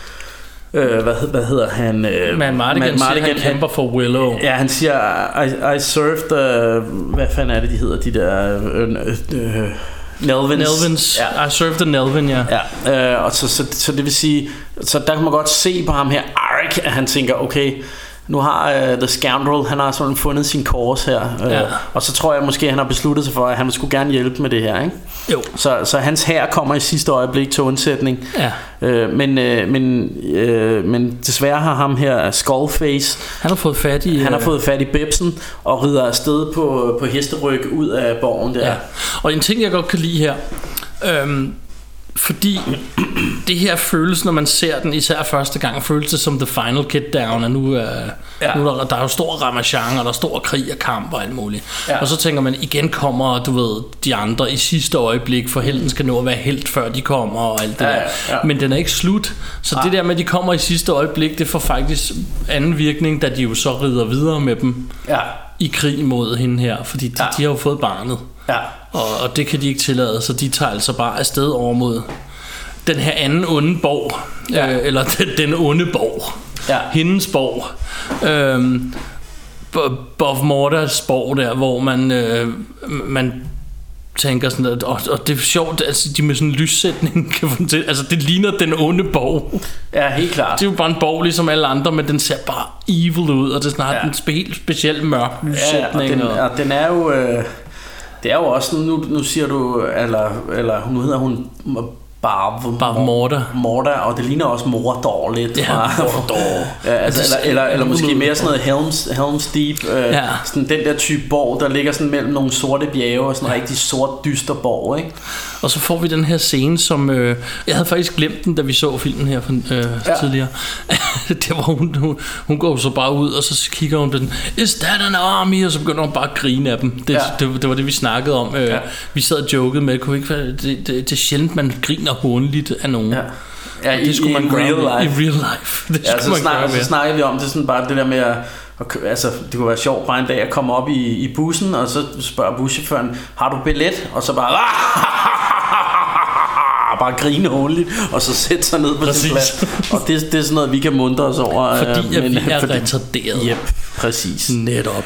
hvad hedder han? Matt Mardigan siger, han kæmper for Willow. Ja, han siger I served hvad fanden er det de hedder, de der Nelvins. Ja. I served the Nelvin, og så det vil sige, så der kan man godt se på ham her Ark, at han tænker, okay, nu har The Scoundrel, han har sådan fundet sin course her, og så tror jeg måske, han har besluttet sig for, at han skulle gerne hjælpe med det her, ikke? Jo. Så hans hær kommer i sidste øjeblik til undsætning. Men desværre har ham her Skullface, han har fået fat i Bebsen og rider afsted på hesteryg ud af borgen der. Og en ting jeg godt kan lide her, fordi det her føles, når man ser den især første gang, føles det som the final get down, og nu der er jo stor ramachan, og der er stor krig og kamp og alt muligt. Og så tænker man, igen kommer, du ved, de andre i sidste øjeblik, for helten skal nå at være helt før de kommer og alt det der. Men den er ikke slut. Så det der med, at de kommer i sidste øjeblik, det får faktisk anden virkning, da de jo så rider videre med dem i krig mod hende her, fordi de har jo fået barnet. Og det kan de ikke tillade, så de tager altså bare afsted over mod den her anden onde borg, eller den onde borg, hendes borg, Bov Mordas borg der, hvor man tænker sådan, og det er sjovt, altså de med sådan en lyssætning kan få til, altså det ligner den onde borg. Ja, helt klart. Det er jo bare en borg ligesom alle andre, men den ser bare evil ud, og det er snart en helt speciel mørk lyssætning. Og den er jo det er jo også nu siger du eller nu hedder hun Bare Morda, og det ligner også Mordor lidt eller måske mere sådan noget Helm's Deep, sådan den der type borg, der ligger sådan mellem nogle sorte bjerge og sådan en rigtig sort dyster borg, ikke? Og så får vi den her scene, som jeg havde faktisk glemt den, da vi så filmen her tidligere. Det var hun går så bare ud, og så kigger hun på den, is that an army? Og så begynder hun bare at grine af dem. Det var det, vi snakkede om. Vi sad og jokede med, det er sjældent, man griner hånligt af nogen. Det skulle man gøre i real life. Så snakkede vi om det sådan bare det der med altså det kunne være sjovt bare en dag at komme op i bussen, og så spørger buschaufføren, har du billet? Og så bare grine håndligt, og så sætte sig ned på sin plads. Og det er sådan noget, vi kan muntre os over. Fordi vi er retarderet. Yep, præcis. Netop.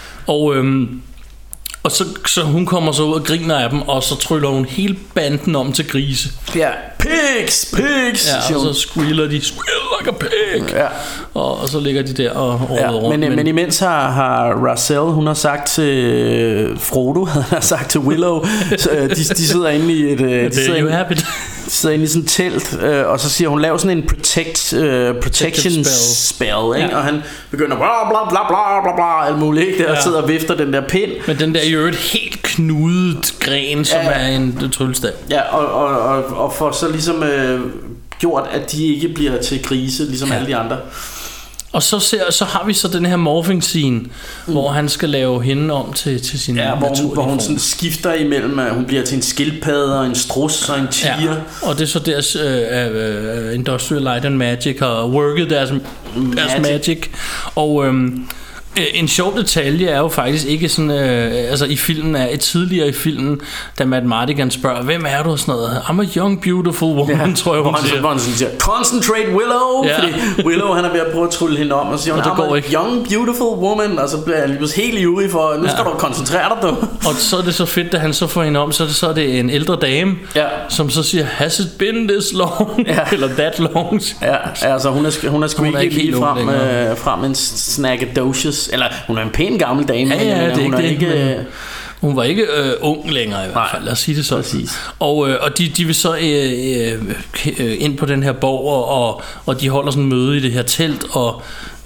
Og så hun kommer så ud og griner af dem, og så tryller hun hele banden om til grise. Pigs! Ja, og så squealer de, squeal like a pig. Og så ligger de der og men imens har Racel, hun har sagt til Frodo, har sagt til Willow, de sidder inde i et sidder inde i sådan et telt, og så siger hun, lav sådan en protection spell, ikke? Og han begynder bla bla bla bla bla alt muligt, ikke? Der sidder og vifter den der pind. Men den der i øvrigt helt knudet gren, som er en tryllestav. Og for så ligesom gjort, at de ikke bliver til grise, ligesom alle de andre. Og så har vi så den her morphing scene, hvor han skal lave hende om til sin hvor hun sådan skifter imellem, at hun bliver til en skildpadde og en strus og en tiger. Og det er så deres Industrial Light and Magic har worket deres magic. Og en sjov detalje er jo faktisk ikke sådan, altså i filmen er tidligere i filmen, da Matt Mardigan spørger, hvem er du og sådan noget, I'm a young beautiful woman, tror jeg hun siger. Hvor han siger, concentrate Willow, fordi Willow han er ved at prøve at trylle hende om, og så siger hun, I'm a young beautiful woman, og så bliver han lige helt ivrig for, nu skal du koncentrere dig, du. Og så er det så fedt, da han så får hende om, så er det en ældre dame, som så siger, has it been this long, eller that long. Altså hun er sgu ikke lige frem en snagadocious. Eller hun er en pæn gammel dame. Hun er ikke hun var ikke ung længere i hvert fald. Lad os sige det så. Og de vil så ind på den her borg, og de holder sådan en møde i det her telt, og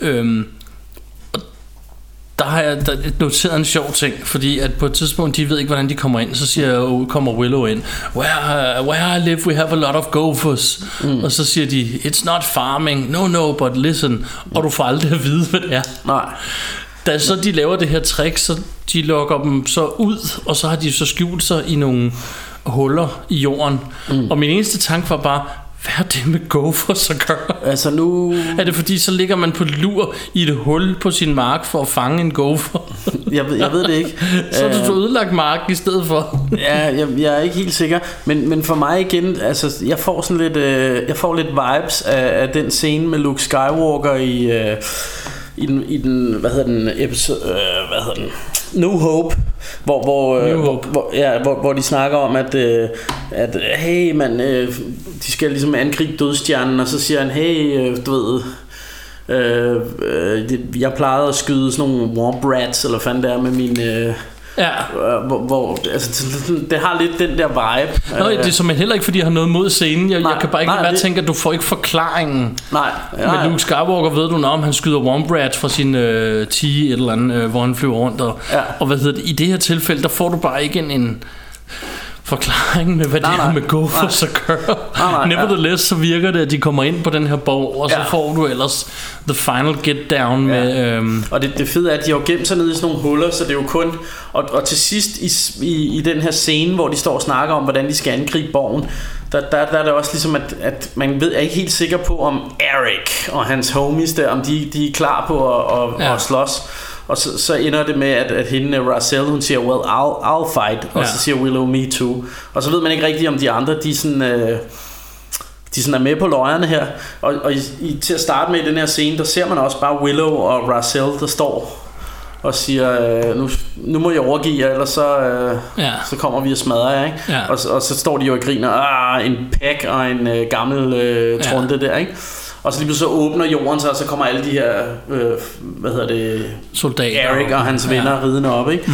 der har jeg noteret en sjov ting, fordi at på et tidspunkt de ved ikke hvordan de kommer ind, så kommer Willow ind, where I live we have a lot of gophers, og så siger de, it's not farming, no but listen, og du får aldrig at vide hvad det er. Da så de laver det her trick, så de lokker dem så ud, og så har de så skjult sig i nogle huller i jorden, og min eneste tanke var bare, hvad er det med gophers at gøre? Altså nu er det fordi så ligger man på lur i et hul på sin mark for at fange en gopher? Jeg ved det ikke. Så har du ødelagt marken i stedet for. Jeg er ikke helt sikker, men for mig igen, altså jeg får sådan lidt jeg får lidt vibes af den scene med Luke Skywalker i den hvad hedder den episode, New Hope, hvor de snakker om at hey man, de skal ligesom angribe dødstjernen, og så siger han, hey, du ved, Jeg plejede at skyde sådan nogle Womp Rats, eller fanden det er med min... hvor altså, det har lidt den der vibe. Nå, det er som heller ikke, fordi jeg har noget mod scenen. Jeg kan bare ikke være tænke, at du får ikke forklaringen. Nej. Men Luke Skywalker ved du om han skyder Womp Rats fra sin 10 et eller andet, hvor han flyver rundt. Og hvad hedder det? I det her tilfælde, der får du bare ikke en forklaring med, hvad det er med Gophers at gøre. Nevertheless, så virker det, at de kommer ind på den her borg, og så får du ellers the final get down med... Og det fede er, at de har gemt sig ned i sådan nogle huller, så det er jo kun... Og til sidst i den her scene, hvor de står og snakker om, hvordan de skal angribe borgen, der er det også ligesom, at man er ikke helt sikker på, om Eric og hans homies der, om de er klar på at slås. Og så ender det med, at hende, Raziel, hun siger, well, I'll fight. Og så siger Willow, me too. Og så ved man ikke rigtigt, om de andre, de sådan er med på løjerne her. Og til at starte med i den her scene, der ser man også bare Willow og Raziel, der står og siger, nu må jeg overgive jer, ellers så kommer vi og smadrer jer, ikke? Ja. Og så står de jo og griner, en pæk og en gammel trunde der, ikke? Og så lige så åbner jorden sig, og så kommer alle de her soldater, Eric og hans venner ridende op, ikke?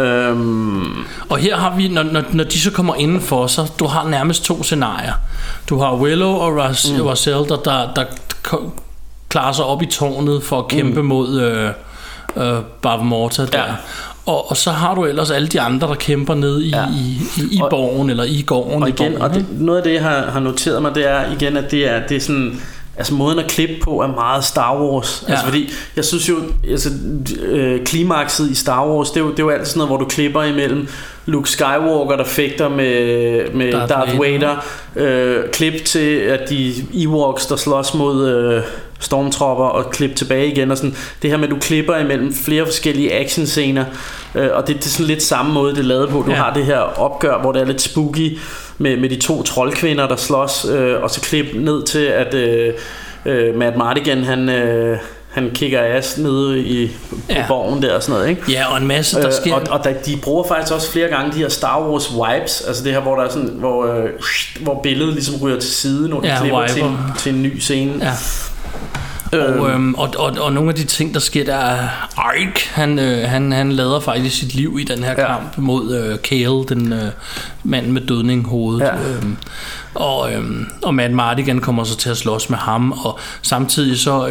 Og her har vi, når de så kommer indenfor, så du har nærmest 2 scenarier. Du har Willow og Raziel, der klarer sig op i tårnet for at kæmpe mod Bav Morta der. Og så har du ellers alle de andre, der kæmper nede i borgen eller i gården. Og igen, noget af det, jeg har noteret mig, det er igen, at det er sådan... Altså måden at klippe på er meget Star Wars. Altså fordi jeg synes jo, altså klimakset i Star Wars, det er jo altid sådan noget, hvor du klipper imellem Luke Skywalker, der fægter med Darth Vader, klip til at de Ewoks, der slås mod stormtropper, og klip tilbage igen, og sådan det her med, at du klipper imellem flere forskellige actionscener, og det er sådan lidt samme måde, det er lavet på. Du har det her opgør, hvor det er lidt spooky med de 2 troldkvinder, der slås, og så klip ned til, at Matt Mardigan, han kigger ass nede på borgen der og sådan noget, ikke? Ja, og en masse der sker. Og de bruger faktisk også flere gange de her Star Wars wipes, altså det her, hvor der er sådan, hvor billedet ligesom ryger til side, når de klipper til en ny scene. Ja. Og nogle af de ting, der sker, der er Ark, han lader faktisk sit liv i den her kamp mod Kale, den mand med dødning i hovedet. Og Matt Mardigan kommer så til at slås med ham, og samtidig så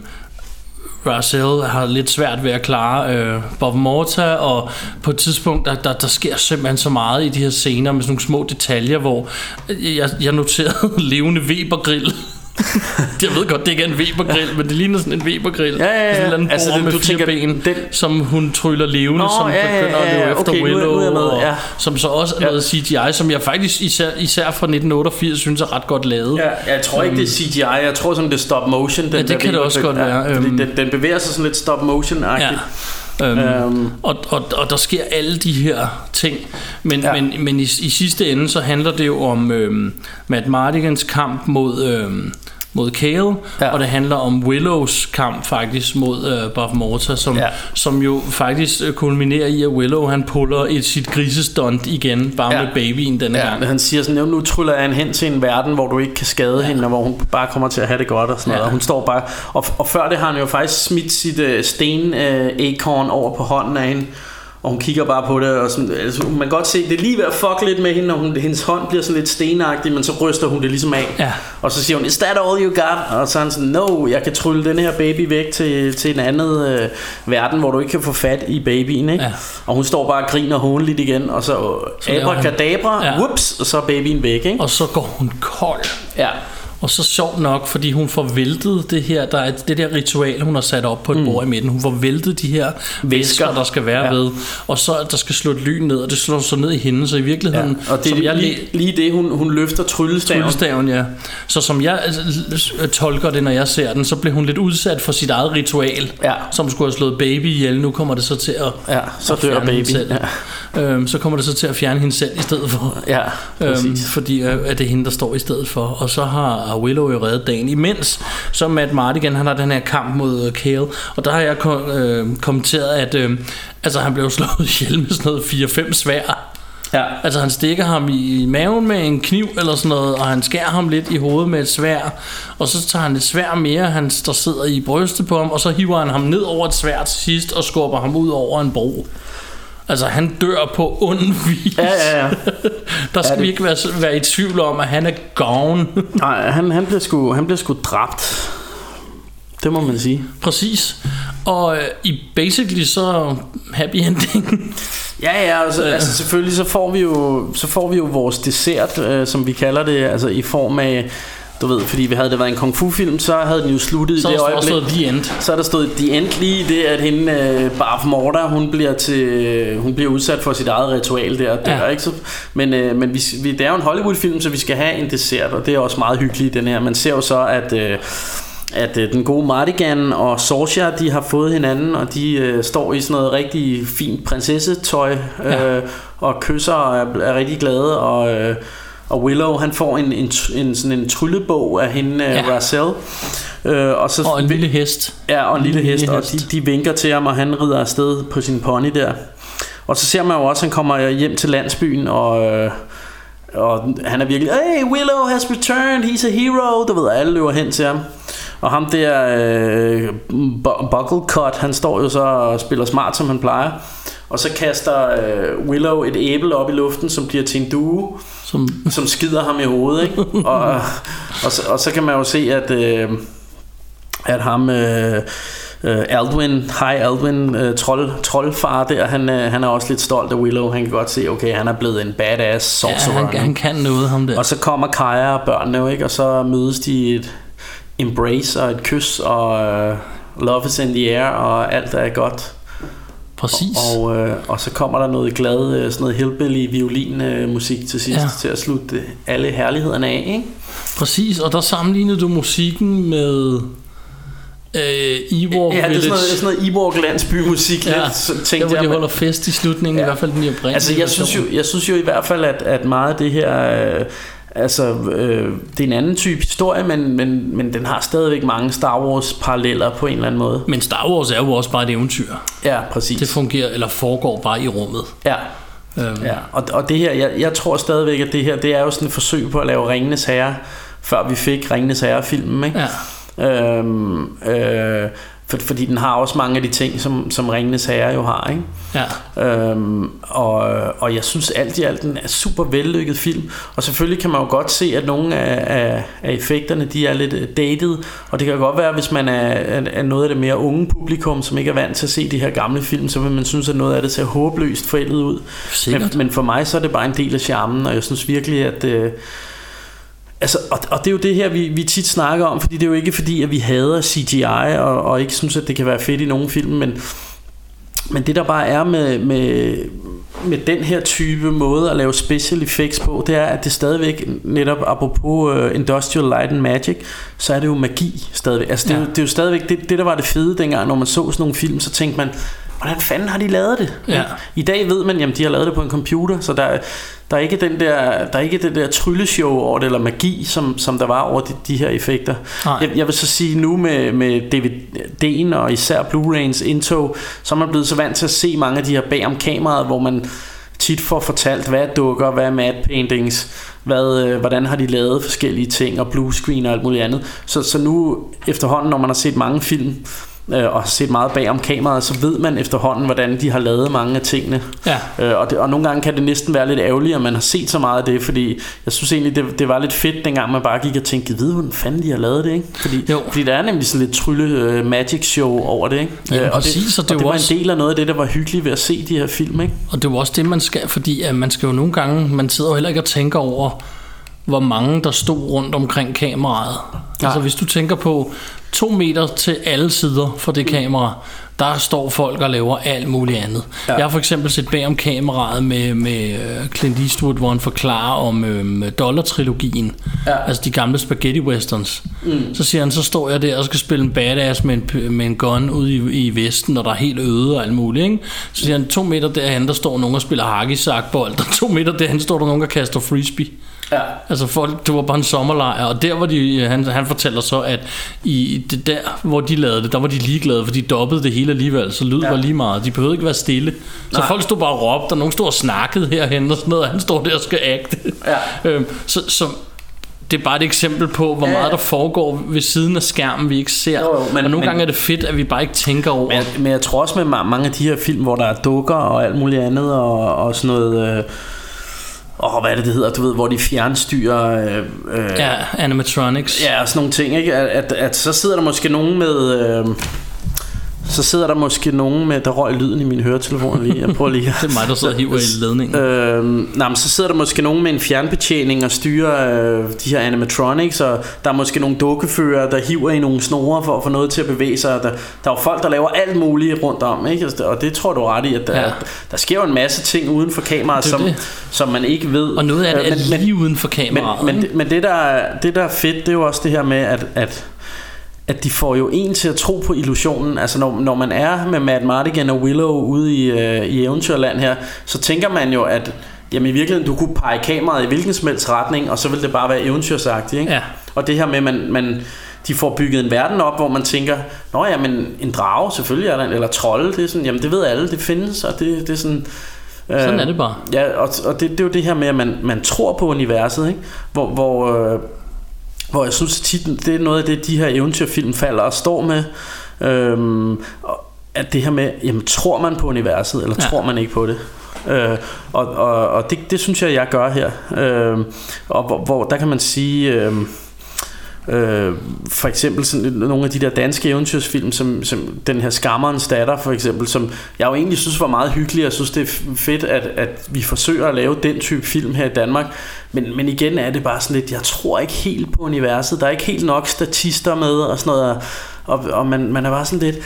Raziel har lidt svært ved at klare Bav Morta, og på et tidspunkt der sker simpelthen så meget i de her scener med sådan nogle små detaljer, hvor jeg noterede levende Weber-grill. Jeg ved godt, det ikke er en Weber-grill, men det ligner sådan en Weber-grill. Sådan en altså, med 4 ben, som hun tryller levende, som begynder at løbe efter Willow, som så også er noget CGI, som jeg faktisk især fra 1988 synes er ret godt lavet. Jeg tror ikke, det er CGI. Jeg tror sådan, det er stop motion. Det kan det også godt være. Den bevæger sig sådan lidt stop motion-agtigt. Og der sker alle de her ting, men i sidste ende så handler det jo om Matt Mardigans kamp mod Kale, og det handler om Willows kamp faktisk mod Bav Morta, som jo faktisk kulminerer i, at Willow han puller sit grisestunt igen, bare med babyen denne gang. Han siger sådan, nu tryller jeg hen til en verden, hvor du ikke kan skade hende, og hvor hun bare kommer til at have det godt og sådan noget. Og hun står bare, og før det har han jo faktisk smidt sit sten-acorn over på hånden af hende, og hun kigger bare på det, og sådan, altså, man kan godt se, det er lige ved at fuck lidt med hende, når hendes hånd bliver sådan lidt stenagtig, men så ryster hun det ligesom af. Og så siger hun, is that all you got? Og så er han sådan, no, jeg kan trylle den her baby væk til en anden verden, hvor du ikke kan få fat i babyen, ikke? Og hun står bare og griner hånligt igen, og så abracadabra, whoops, og så er babyen væk, ikke? Og så går hun kold. Og så sjovt nok, fordi hun får væltet det her, der er det der ritual, hun har sat op på et bord i midten. Hun får væltet de her væsker, der skal være ved, og så der skal slå et lyn ned, og det slår så ned i hende, så i virkeligheden... Og det er lige det, hun løfter tryllestaven. Så som jeg tolker det, når jeg ser den, så bliver hun lidt udsat for sit eget ritual, som skulle have slået baby ihjel. Nu kommer det så til at... så dør baby. Så kommer det så til at fjerne hende selv i stedet for. Fordi at det er hende, der står i stedet for. Og så har Willow jo reddet dagen, imens så Matt Mardigan, han har den her kamp mod Kale, og der har jeg kommenteret, at altså han blev slået ihjel med sådan noget 4-5 sværd. Ja. Altså han stikker ham i maven med en kniv eller sådan noget, og han skærer ham lidt i hovedet med et sværd, og så tager han et sværd mere, der sidder i brystet på ham, og så hiver han ham ned over et sværd til sidst og skubber ham ud over en bro. Altså han dør på ond vis. Ja. Der skal vi ikke være i tvivl om, at han er gone. Nej, han bliver sgu dræbt. Det må man sige. Præcis. Og i basically så happy ending. Ja, altså selvfølgelig så får vi jo vores dessert, som vi kalder det, altså i form af, du ved, fordi vi havde det været en kung fu film, så havde den jo sluttet i det øjeblik. Så The End. Så er der stået The End lige det, at hende Bath Morda, hun bliver udsat for sit eget ritual der, ja. Ikke? Så, men det er jo en Hollywood film, så vi skal have en dessert, og det er også meget hyggeligt den her. Man ser jo så at den gode Mardigan og Sorcia, de har fået hinanden, og de står i sådan noget rigtig fint prinsessetøj, og kysser og er rigtig glade, og Willow, han får sådan en tryllebog af hende, Racel, og en lille hest. Ja, og en lille hest, og de vinker til ham, og han rider afsted på sin pony der. Og så ser man jo også, at han kommer hjem til landsbyen, og han er virkelig, hey, Willow has returned, he's a hero, du ved, alle løber hen til ham. Og ham der Bucklecut, han står jo så og spiller smart, som han plejer. Og så kaster Willow et æble op i luften, som bliver til en due, som skider ham i hovedet, ikke? og så kan man jo se, at ham Alduin, troldfar der, han er også lidt stolt af Willow. Han kan godt se, okay, han er blevet en badass sorcerer. Ja, han kan noget, ham der. Og så kommer Kaja og børnene, ikke? Og så mødes de i et embrace og et kys, og love is in the air, og alt er godt. Præcis. Og så kommer der noget glad, sådan noget hillbilly violinmusik til sidst, til at slutte alle herlighederne af, ikke? Præcis, og der sammenlignede du musikken med Ewok Village. Ja, det er sådan noget Ewok landsbymusik, der hvor de holder fest i slutningen, i hvert fald den oprindelige. Altså jeg synes jo i hvert fald, at meget af det her det er en anden type historie, men den har stadigvæk mange Star Wars paralleller på en eller anden måde. Men Star Wars er jo også bare et eventyr. Ja, præcis. Det fungerer eller foregår bare i rummet. Ja. Ja. Og det her, jeg tror stadigvæk, at det her, det er jo sådan et forsøg på at lave Ringenes Herre, før vi fik Ringenes Herre-filmen, ikke? Ja. Fordi den har også mange af de ting, som Ringenes Herre jo har, ikke? Ja. Og jeg synes alt i alt den er super vellykket film. Og selvfølgelig kan man jo godt se, at nogle af effekterne, de er lidt dated. Og det kan godt være, hvis man er noget af det mere unge publikum, som ikke er vant til at se de her gamle film, så vil man synes, at noget af det ser håbløst forældet ud. Men for mig så er det bare en del af charmen. Og jeg synes virkelig, at altså, og det er jo det her vi tit snakker om, fordi det er jo ikke fordi, at vi hader CGI og ikke synes, at det kan være fedt i nogle film, men det der bare er med den her type måde at lave special effects på, det er, at det stadigvæk, netop apropos Industrial Light and Magic, så er det jo magi stadigvæk. Altså det er jo stadigvæk det der var det fede dengang, når man så sådan nogle film, så tænkte man, hvordan fanden har de lavet det? Ja. I dag ved man, jamen de har lavet det på en computer, så der er ikke det der trylleshow over det, eller magi, som der var over de her effekter. Jeg vil så sige nu med DVD'en og især Blu-rayens indtog, så er man blevet så vant til at se mange af de her bag om kameraet, hvor man tit får fortalt, hvad er dukker, hvad er matte paintings, hvordan har de lavet forskellige ting, og bluescreen og alt muligt andet. Så nu efterhånden, når man har set mange film og har set meget bag om kameraet, så ved man efterhånden, hvordan de har lavet mange af tingene. Ja. Og nogle gange kan det næsten være lidt ærgerligt, at man har set så meget af det, fordi jeg synes egentlig, det var lidt fedt, dengang man bare gik og tænkte, ved hvordan fanden de har lavet det, ikke? Fordi der er nemlig sådan lidt trylle magic show over det, ikke? Ja, præcis, og det var også en del af noget af det, der var hyggeligt ved at se de her film, ikke? Og det var også det, man skal, fordi man skal jo nogle gange, man sidder jo heller ikke og tænker over, hvor mange der stod rundt omkring kameraet. Ja. Altså hvis du tænker på 2 meter til alle sider for det kamera, der står folk og laver alt muligt andet. Ja. Jeg har for eksempel set bag om kameraet med Clint Eastwood, hvor han forklarer om Dollar-trilogien, altså de gamle spaghetti westerns. Så siger han, så står jeg der og skal spille en badass med en gun ude i Vesten, og der er helt øde og alt muligt, ikke? Så siger han, 2 meter derhen, der står nogen og spiller hakkisakbold, og 2 meter derhen står der nogen, der kaster frisbee. Ja. Altså folk, det var bare en sommerlejr, og der var de, han fortæller så, at i det der, hvor de lavede det, der var de ligeglade, for de dobbede det hele alligevel, så lyd var lige meget. De behøvede ikke være stille. Så folk stod bare og råbte, og nogen stod og snakkede herhen og sådan noget, og han står der og skal agte. Ja. Så det er bare et eksempel på, hvor meget der foregår ved siden af skærmen, vi ikke ser. Og nogle gange er det fedt, at vi bare ikke tænker over. Men jeg tror også med mange af de her film, hvor der er dukker og alt muligt andet, og sådan noget... hvad er det hedder, du ved, hvor de fjernstyrer animatronics. Ja, og sådan nogle ting, ikke? At så sidder der måske nogen med der røg lyden i min høretelefon lige. Jeg prøver lige. Det er mig, der sidder og hiver i ledningen. Men så sidder der måske nogen med en fjernbetjening og styrer de her animatronics, og der er måske nogle dukkefører, der hiver i nogle snore for at få noget til at bevæge sig. Der er jo folk, der laver alt muligt rundt om, ikke? Og det tror du ret i, at der sker jo en masse ting uden for kameraet, som man ikke ved. Og noget af det er lige uden for kameraet. Men det der er fedt, det er jo også det her med, at de får jo en til at tro på illusionen. Altså når man er med Matt Mardigan og Willow ude i eventyrland her, så tænker man jo, at jamen i virkeligheden du kunne pege kameraet i hvilken som helst retning, og så vil det bare være eventyrsagtigt, ikke? Ja. Og det her med de får bygget en verden op, hvor man tænker, nå ja, men en drage selvfølgelig er der, eller trolde, det er sådan, jamen det ved alle, det findes, og det er sådan. Sådan er det bare. Ja, og det er jo det her med, at man tror på universet, ikke? Hvor jeg synes tit, det er noget af det, de her eventyrfilm falder og står med, at det her med, jamen tror man på universet, eller tror man ikke på det? Og det synes jeg gør her. Og hvor der kan man sige... for eksempel sådan nogle af de der danske eventyrsfilm, som den her Skammerens datter for eksempel, som jeg jo egentlig synes var meget hyggelig. Jeg synes det er fedt at vi forsøger at lave den type film her i Danmark, men igen er det bare sådan lidt, jeg tror ikke helt på universet, der er ikke helt nok statister med og sådan noget, og man er bare sådan lidt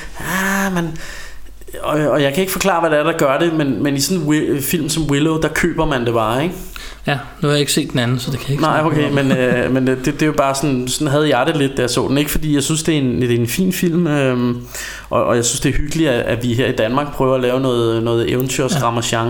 og jeg kan ikke forklare hvad det er der gør det, men i sådan en film som Willow, der køber man det bare, ikke? Ja, nu har jeg ikke set den anden, så det kan jeg ikke. Nej, okay, men det er jo bare sådan havde jeg det lidt, da jeg så den. Ikke fordi jeg synes, det er en fin film, og jeg synes, det er hyggeligt, at vi her i Danmark prøver at lave noget eventyrsrammergenre.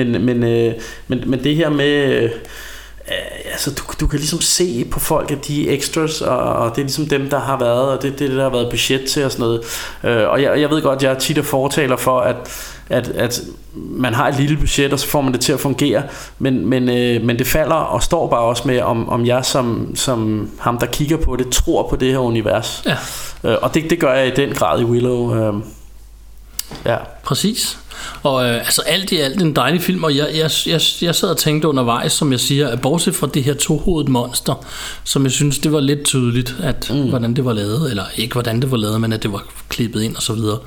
Men det her med... altså du kan ligesom se på folk, at de er extras, og det er ligesom dem, der har været, og det er det, der har været budget til og sådan noget. Og jeg ved godt, at jeg tit er fortaler for, at man har et lille budget, og så får man det til at fungere, men det falder og står bare også med, om jeg som ham, der kigger på det, tror på det her univers. Ja. Og det gør jeg i den grad i Willow. Ja. Præcis. Og altså alt i alt en dejlig film. Og jeg sad og tænkte undervejs, som jeg siger, at bortset fra det her tohovedet monster, som jeg synes det var lidt tydeligt, at hvordan det var lavet, eller ikke hvordan det var lavet, men at det var klippet ind og så videre.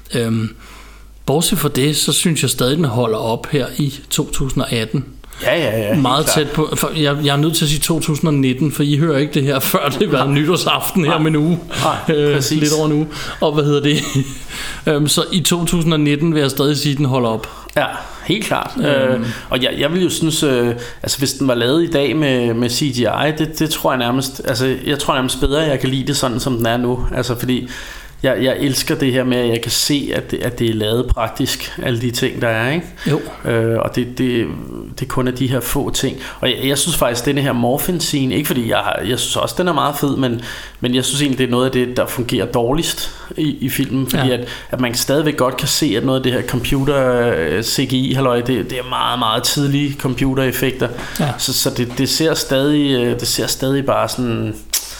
Bortset fra det, så synes jeg stadig den holder op her i 2018. Ja, meget tæt på. Jeg er nødt til at sige 2019, for I hører ikke det her før det var nytårsaften her om en uge. Lidt over en uge. Og hvad hedder det? Så i 2019 vil jeg stadig sige, at den holder op. Ja, helt klart. Og jeg vil jo synes, altså hvis den var lavet i dag med CGI, det tror jeg nærmest, altså jeg tror nærmest bedre, jeg kan lide det sådan, som den er nu. Altså fordi jeg elsker det her med, at jeg kan se, at det er lavet praktisk, alle de ting, der er, ikke? Jo. Og det kun er de her få ting. Og jeg synes faktisk, denne her morphin-scene, ikke fordi jeg synes også, den er meget fed, men jeg synes egentlig, det er noget af det, der fungerer dårligst i filmen, fordi at man stadigvæk godt kan se, at noget af det her computer CGI, halløj, det er meget, meget tidlige computereffekter. Ja. Så det ser stadig bare sådan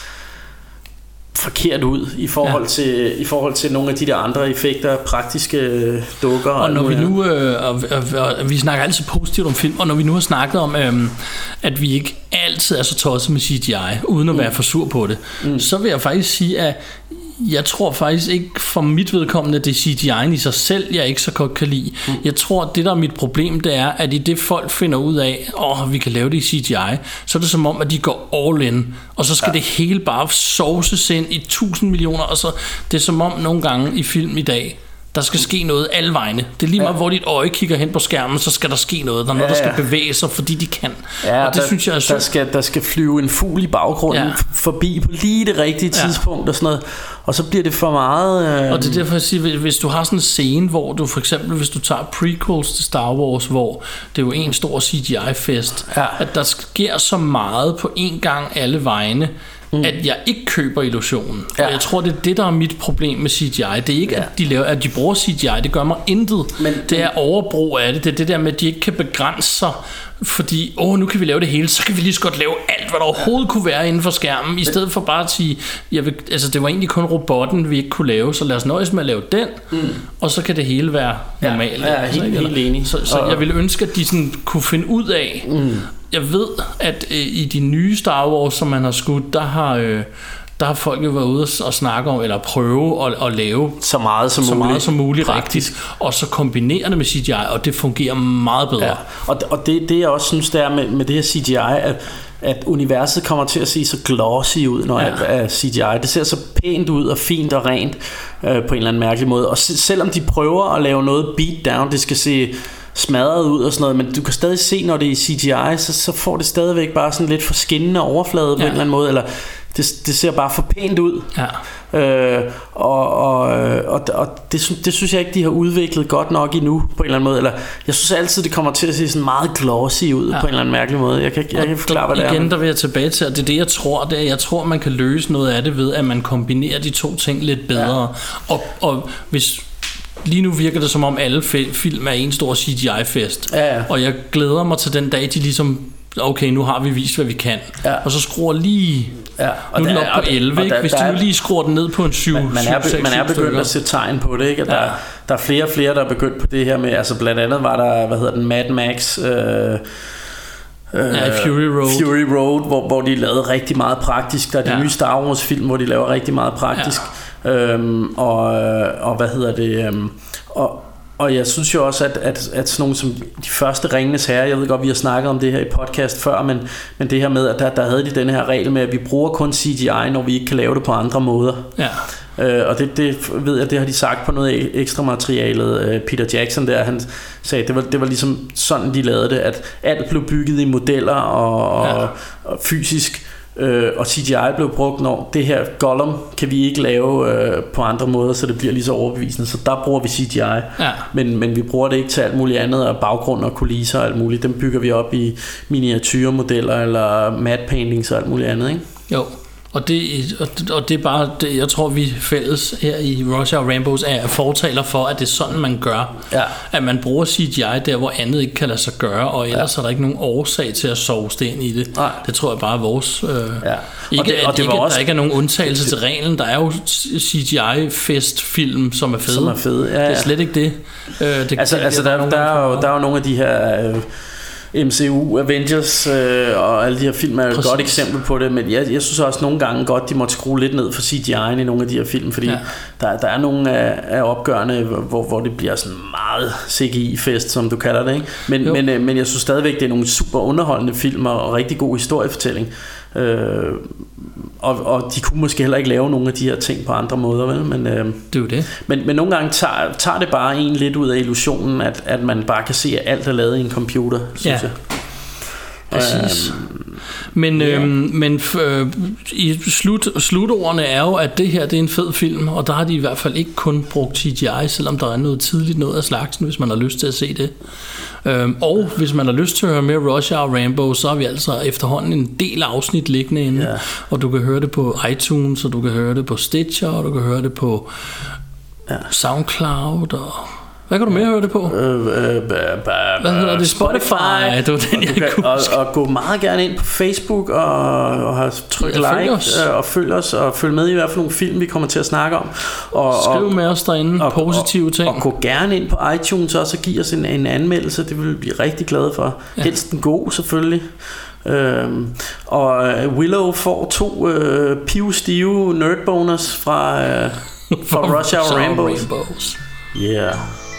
forkert ud i forhold til nogle af de der andre effekter, praktiske dukker. Og når vi nu vi snakker altid positivt om film, og når vi nu har snakket om at vi ikke altid er så tosset med CGI uden at være for sur på det, så vil jeg faktisk sige, at jeg tror faktisk ikke for mit vedkommende, at det er CGI'en i sig selv, jeg ikke så godt kan lide. Jeg tror, det der er mit problem, det er, at i det folk finder ud af, vi kan lave det i CGI, så er det som om, at de går all in, og så skal det hele bare sovses ind i 1000 millioner, og så det er som om nogle gange i film i dag, Der skal ske noget alle vegne. Det er lige meget, hvor dit øje kigger hen på skærmen, så skal der ske noget. Der er noget, der skal bevæge sig, fordi de kan. Og det synes jeg er der skal flyve en fugl i baggrunden forbi på lige det rigtige tidspunkt og sådan noget. Og så bliver det for meget... Og det er derfor, jeg siger, hvis du har sådan en scene, hvor du for eksempel, hvis du tager prequels til Star Wars, hvor det er jo en stor CGI-fest, at der sker så meget på en gang alle vegne, at jeg ikke køber illusionen. Og jeg tror, det er det, der er mit problem med CGI. Det er ikke, at de bruger CGI. Det gør mig intet. Det er overbrug af det. Det er det der med, at de ikke kan begrænse sig. Fordi, nu kan vi lave det hele. Så kan vi lige så godt lave alt, hvad der overhovedet kunne være inden for skærmen. I stedet for bare at sige, det var egentlig kun robotten, vi ikke kunne lave. Så lad os nøjes med at lave den. Og så kan det hele være normalt. Jeg er helt enig. Så jeg ville ønske, at de sådan kunne finde ud af... Jeg ved, at i de nye Star Wars, som man har skudt, der har folk jo været ude og snakke om, eller prøve at lave så meget som muligt rigtigt, og så kombinere det med CGI, og det fungerer meget bedre. Ja. Og det jeg også synes, det er med det her CGI, at universet kommer til at se så glossy ud, når er CGI. Det ser så pænt ud og fint og rent på en eller anden mærkelig måde. Og selvom de prøver at lave noget beat down, det skal se smadret ud og sådan noget, men du kan stadig se, når det er i CGI, så får det stadigvæk bare sådan lidt for skinnende overflade på en eller anden måde, eller det ser bare for pænt ud. Og det synes jeg ikke, de har udviklet godt nok endnu på en eller anden måde. Eller jeg synes altid, det kommer til at se sådan meget glossy ud på en eller anden mærkelig måde. Jeg kan ikke forklare, hvad det er. Igen, der vil jeg tilbage til, og det er det, jeg tror. Jeg tror, man kan løse noget af det ved, at man kombinerer de to ting lidt bedre. Og hvis... Lige nu virker det som om alle film er en stor CGI-fest. Og jeg glæder mig til den dag, de ligesom... Okay, nu har vi vist, hvad vi kan. Og så skruer lige... Nu er den op på 11, ikke? Hvis de nu lige skruer den ned på en 7. Man er begyndt at se tegn på det, ikke? At der er flere og flere, der er begyndt på det her med... Altså blandt andet var der, Mad Max... Fury Road, hvor de lavede rigtig meget praktisk. Der er de nye Star Wars film, hvor de laver rigtig meget praktisk. Og jeg synes jo også, at sådan nogle som de første Ringenes Herre, jeg ved godt, vi har snakket om det her i podcast før, men det her med, at der havde de den her regel med, at vi bruger kun CGI, når vi ikke kan lave det på andre måder. Og det ved jeg, det har de sagt på noget ekstra materialet. Peter Jackson der, han sagde, det var ligesom sådan, de lavede det, at alt blev bygget i modeller og fysisk. Og CGI blev brugt, når det her Gollum kan vi ikke lave på andre måder, så det bliver lige så overbevisende, så der bruger vi CGI. Men vi bruger det ikke til alt muligt andet, og baggrund og kulisser og alt muligt. Dem bygger vi op i miniatyrmodeller eller matte paintings og alt muligt andet, ikke? Jo. Og det er bare det, jeg tror vi fælles her i Russia og Rambos er fortaler for, at det er sådan man gør. At man bruger CGI der, hvor andet ikke kan lade sig gøre, og ellers er der ikke nogen årsag til at sove det ind i det. Det tror jeg bare er vores der ikke er nogen undtagelse til reglen. Der er jo CGI festfilm, som er fede. Det er slet ikke det. Der er jo nogle af de her MCU, Avengers og alle de her film er jo et godt eksempel på det, men jeg synes også nogle gange godt, de måtte skrue lidt ned for CGI'en i nogle af de her film, fordi der er nogle af opgørende, hvor det bliver sådan meget CGI-fest, som du kalder det, ikke? Men jeg synes stadigvæk, det er nogle super underholdende film og rigtig god historiefortælling. Og de kunne måske heller ikke lave nogle af de her ting på andre måder, vel? Men, det er jo det. Men nogle gange tager det bare en lidt ud af illusionen, at man bare kan se, at alt er lavet i en computer, synes jeg. Præcis. Men i slutordene er jo, at det her det er en fed film, og der har de i hvert fald ikke kun brugt CGI, selvom der er noget tidligt noget af slagsen, hvis man har lyst til at se det. Og hvis man har lyst til at høre mere Russia og Rambo, så har vi altså efterhånden en del afsnit liggende inde, og du kan høre det på iTunes, og du kan høre det på Stitcher, og du kan høre det på SoundCloud og... Hvad kan du mere høre det på? Hvad hedder det? Spotify. Det var den, jeg kunne huske. Og gå meget gerne ind på Facebook og trykke like og følg os og følg med i hvert fald nogle film, vi kommer til at snakke om. Skriv med os derinde positive ting. Og gå gerne ind på iTunes også og giv os en anmeldelse. Det vil vi blive rigtig glade for. Helst en god, selvfølgelig. Og Willow får 2 pivstive nerdboners fra Russia og Rambos. Yeah.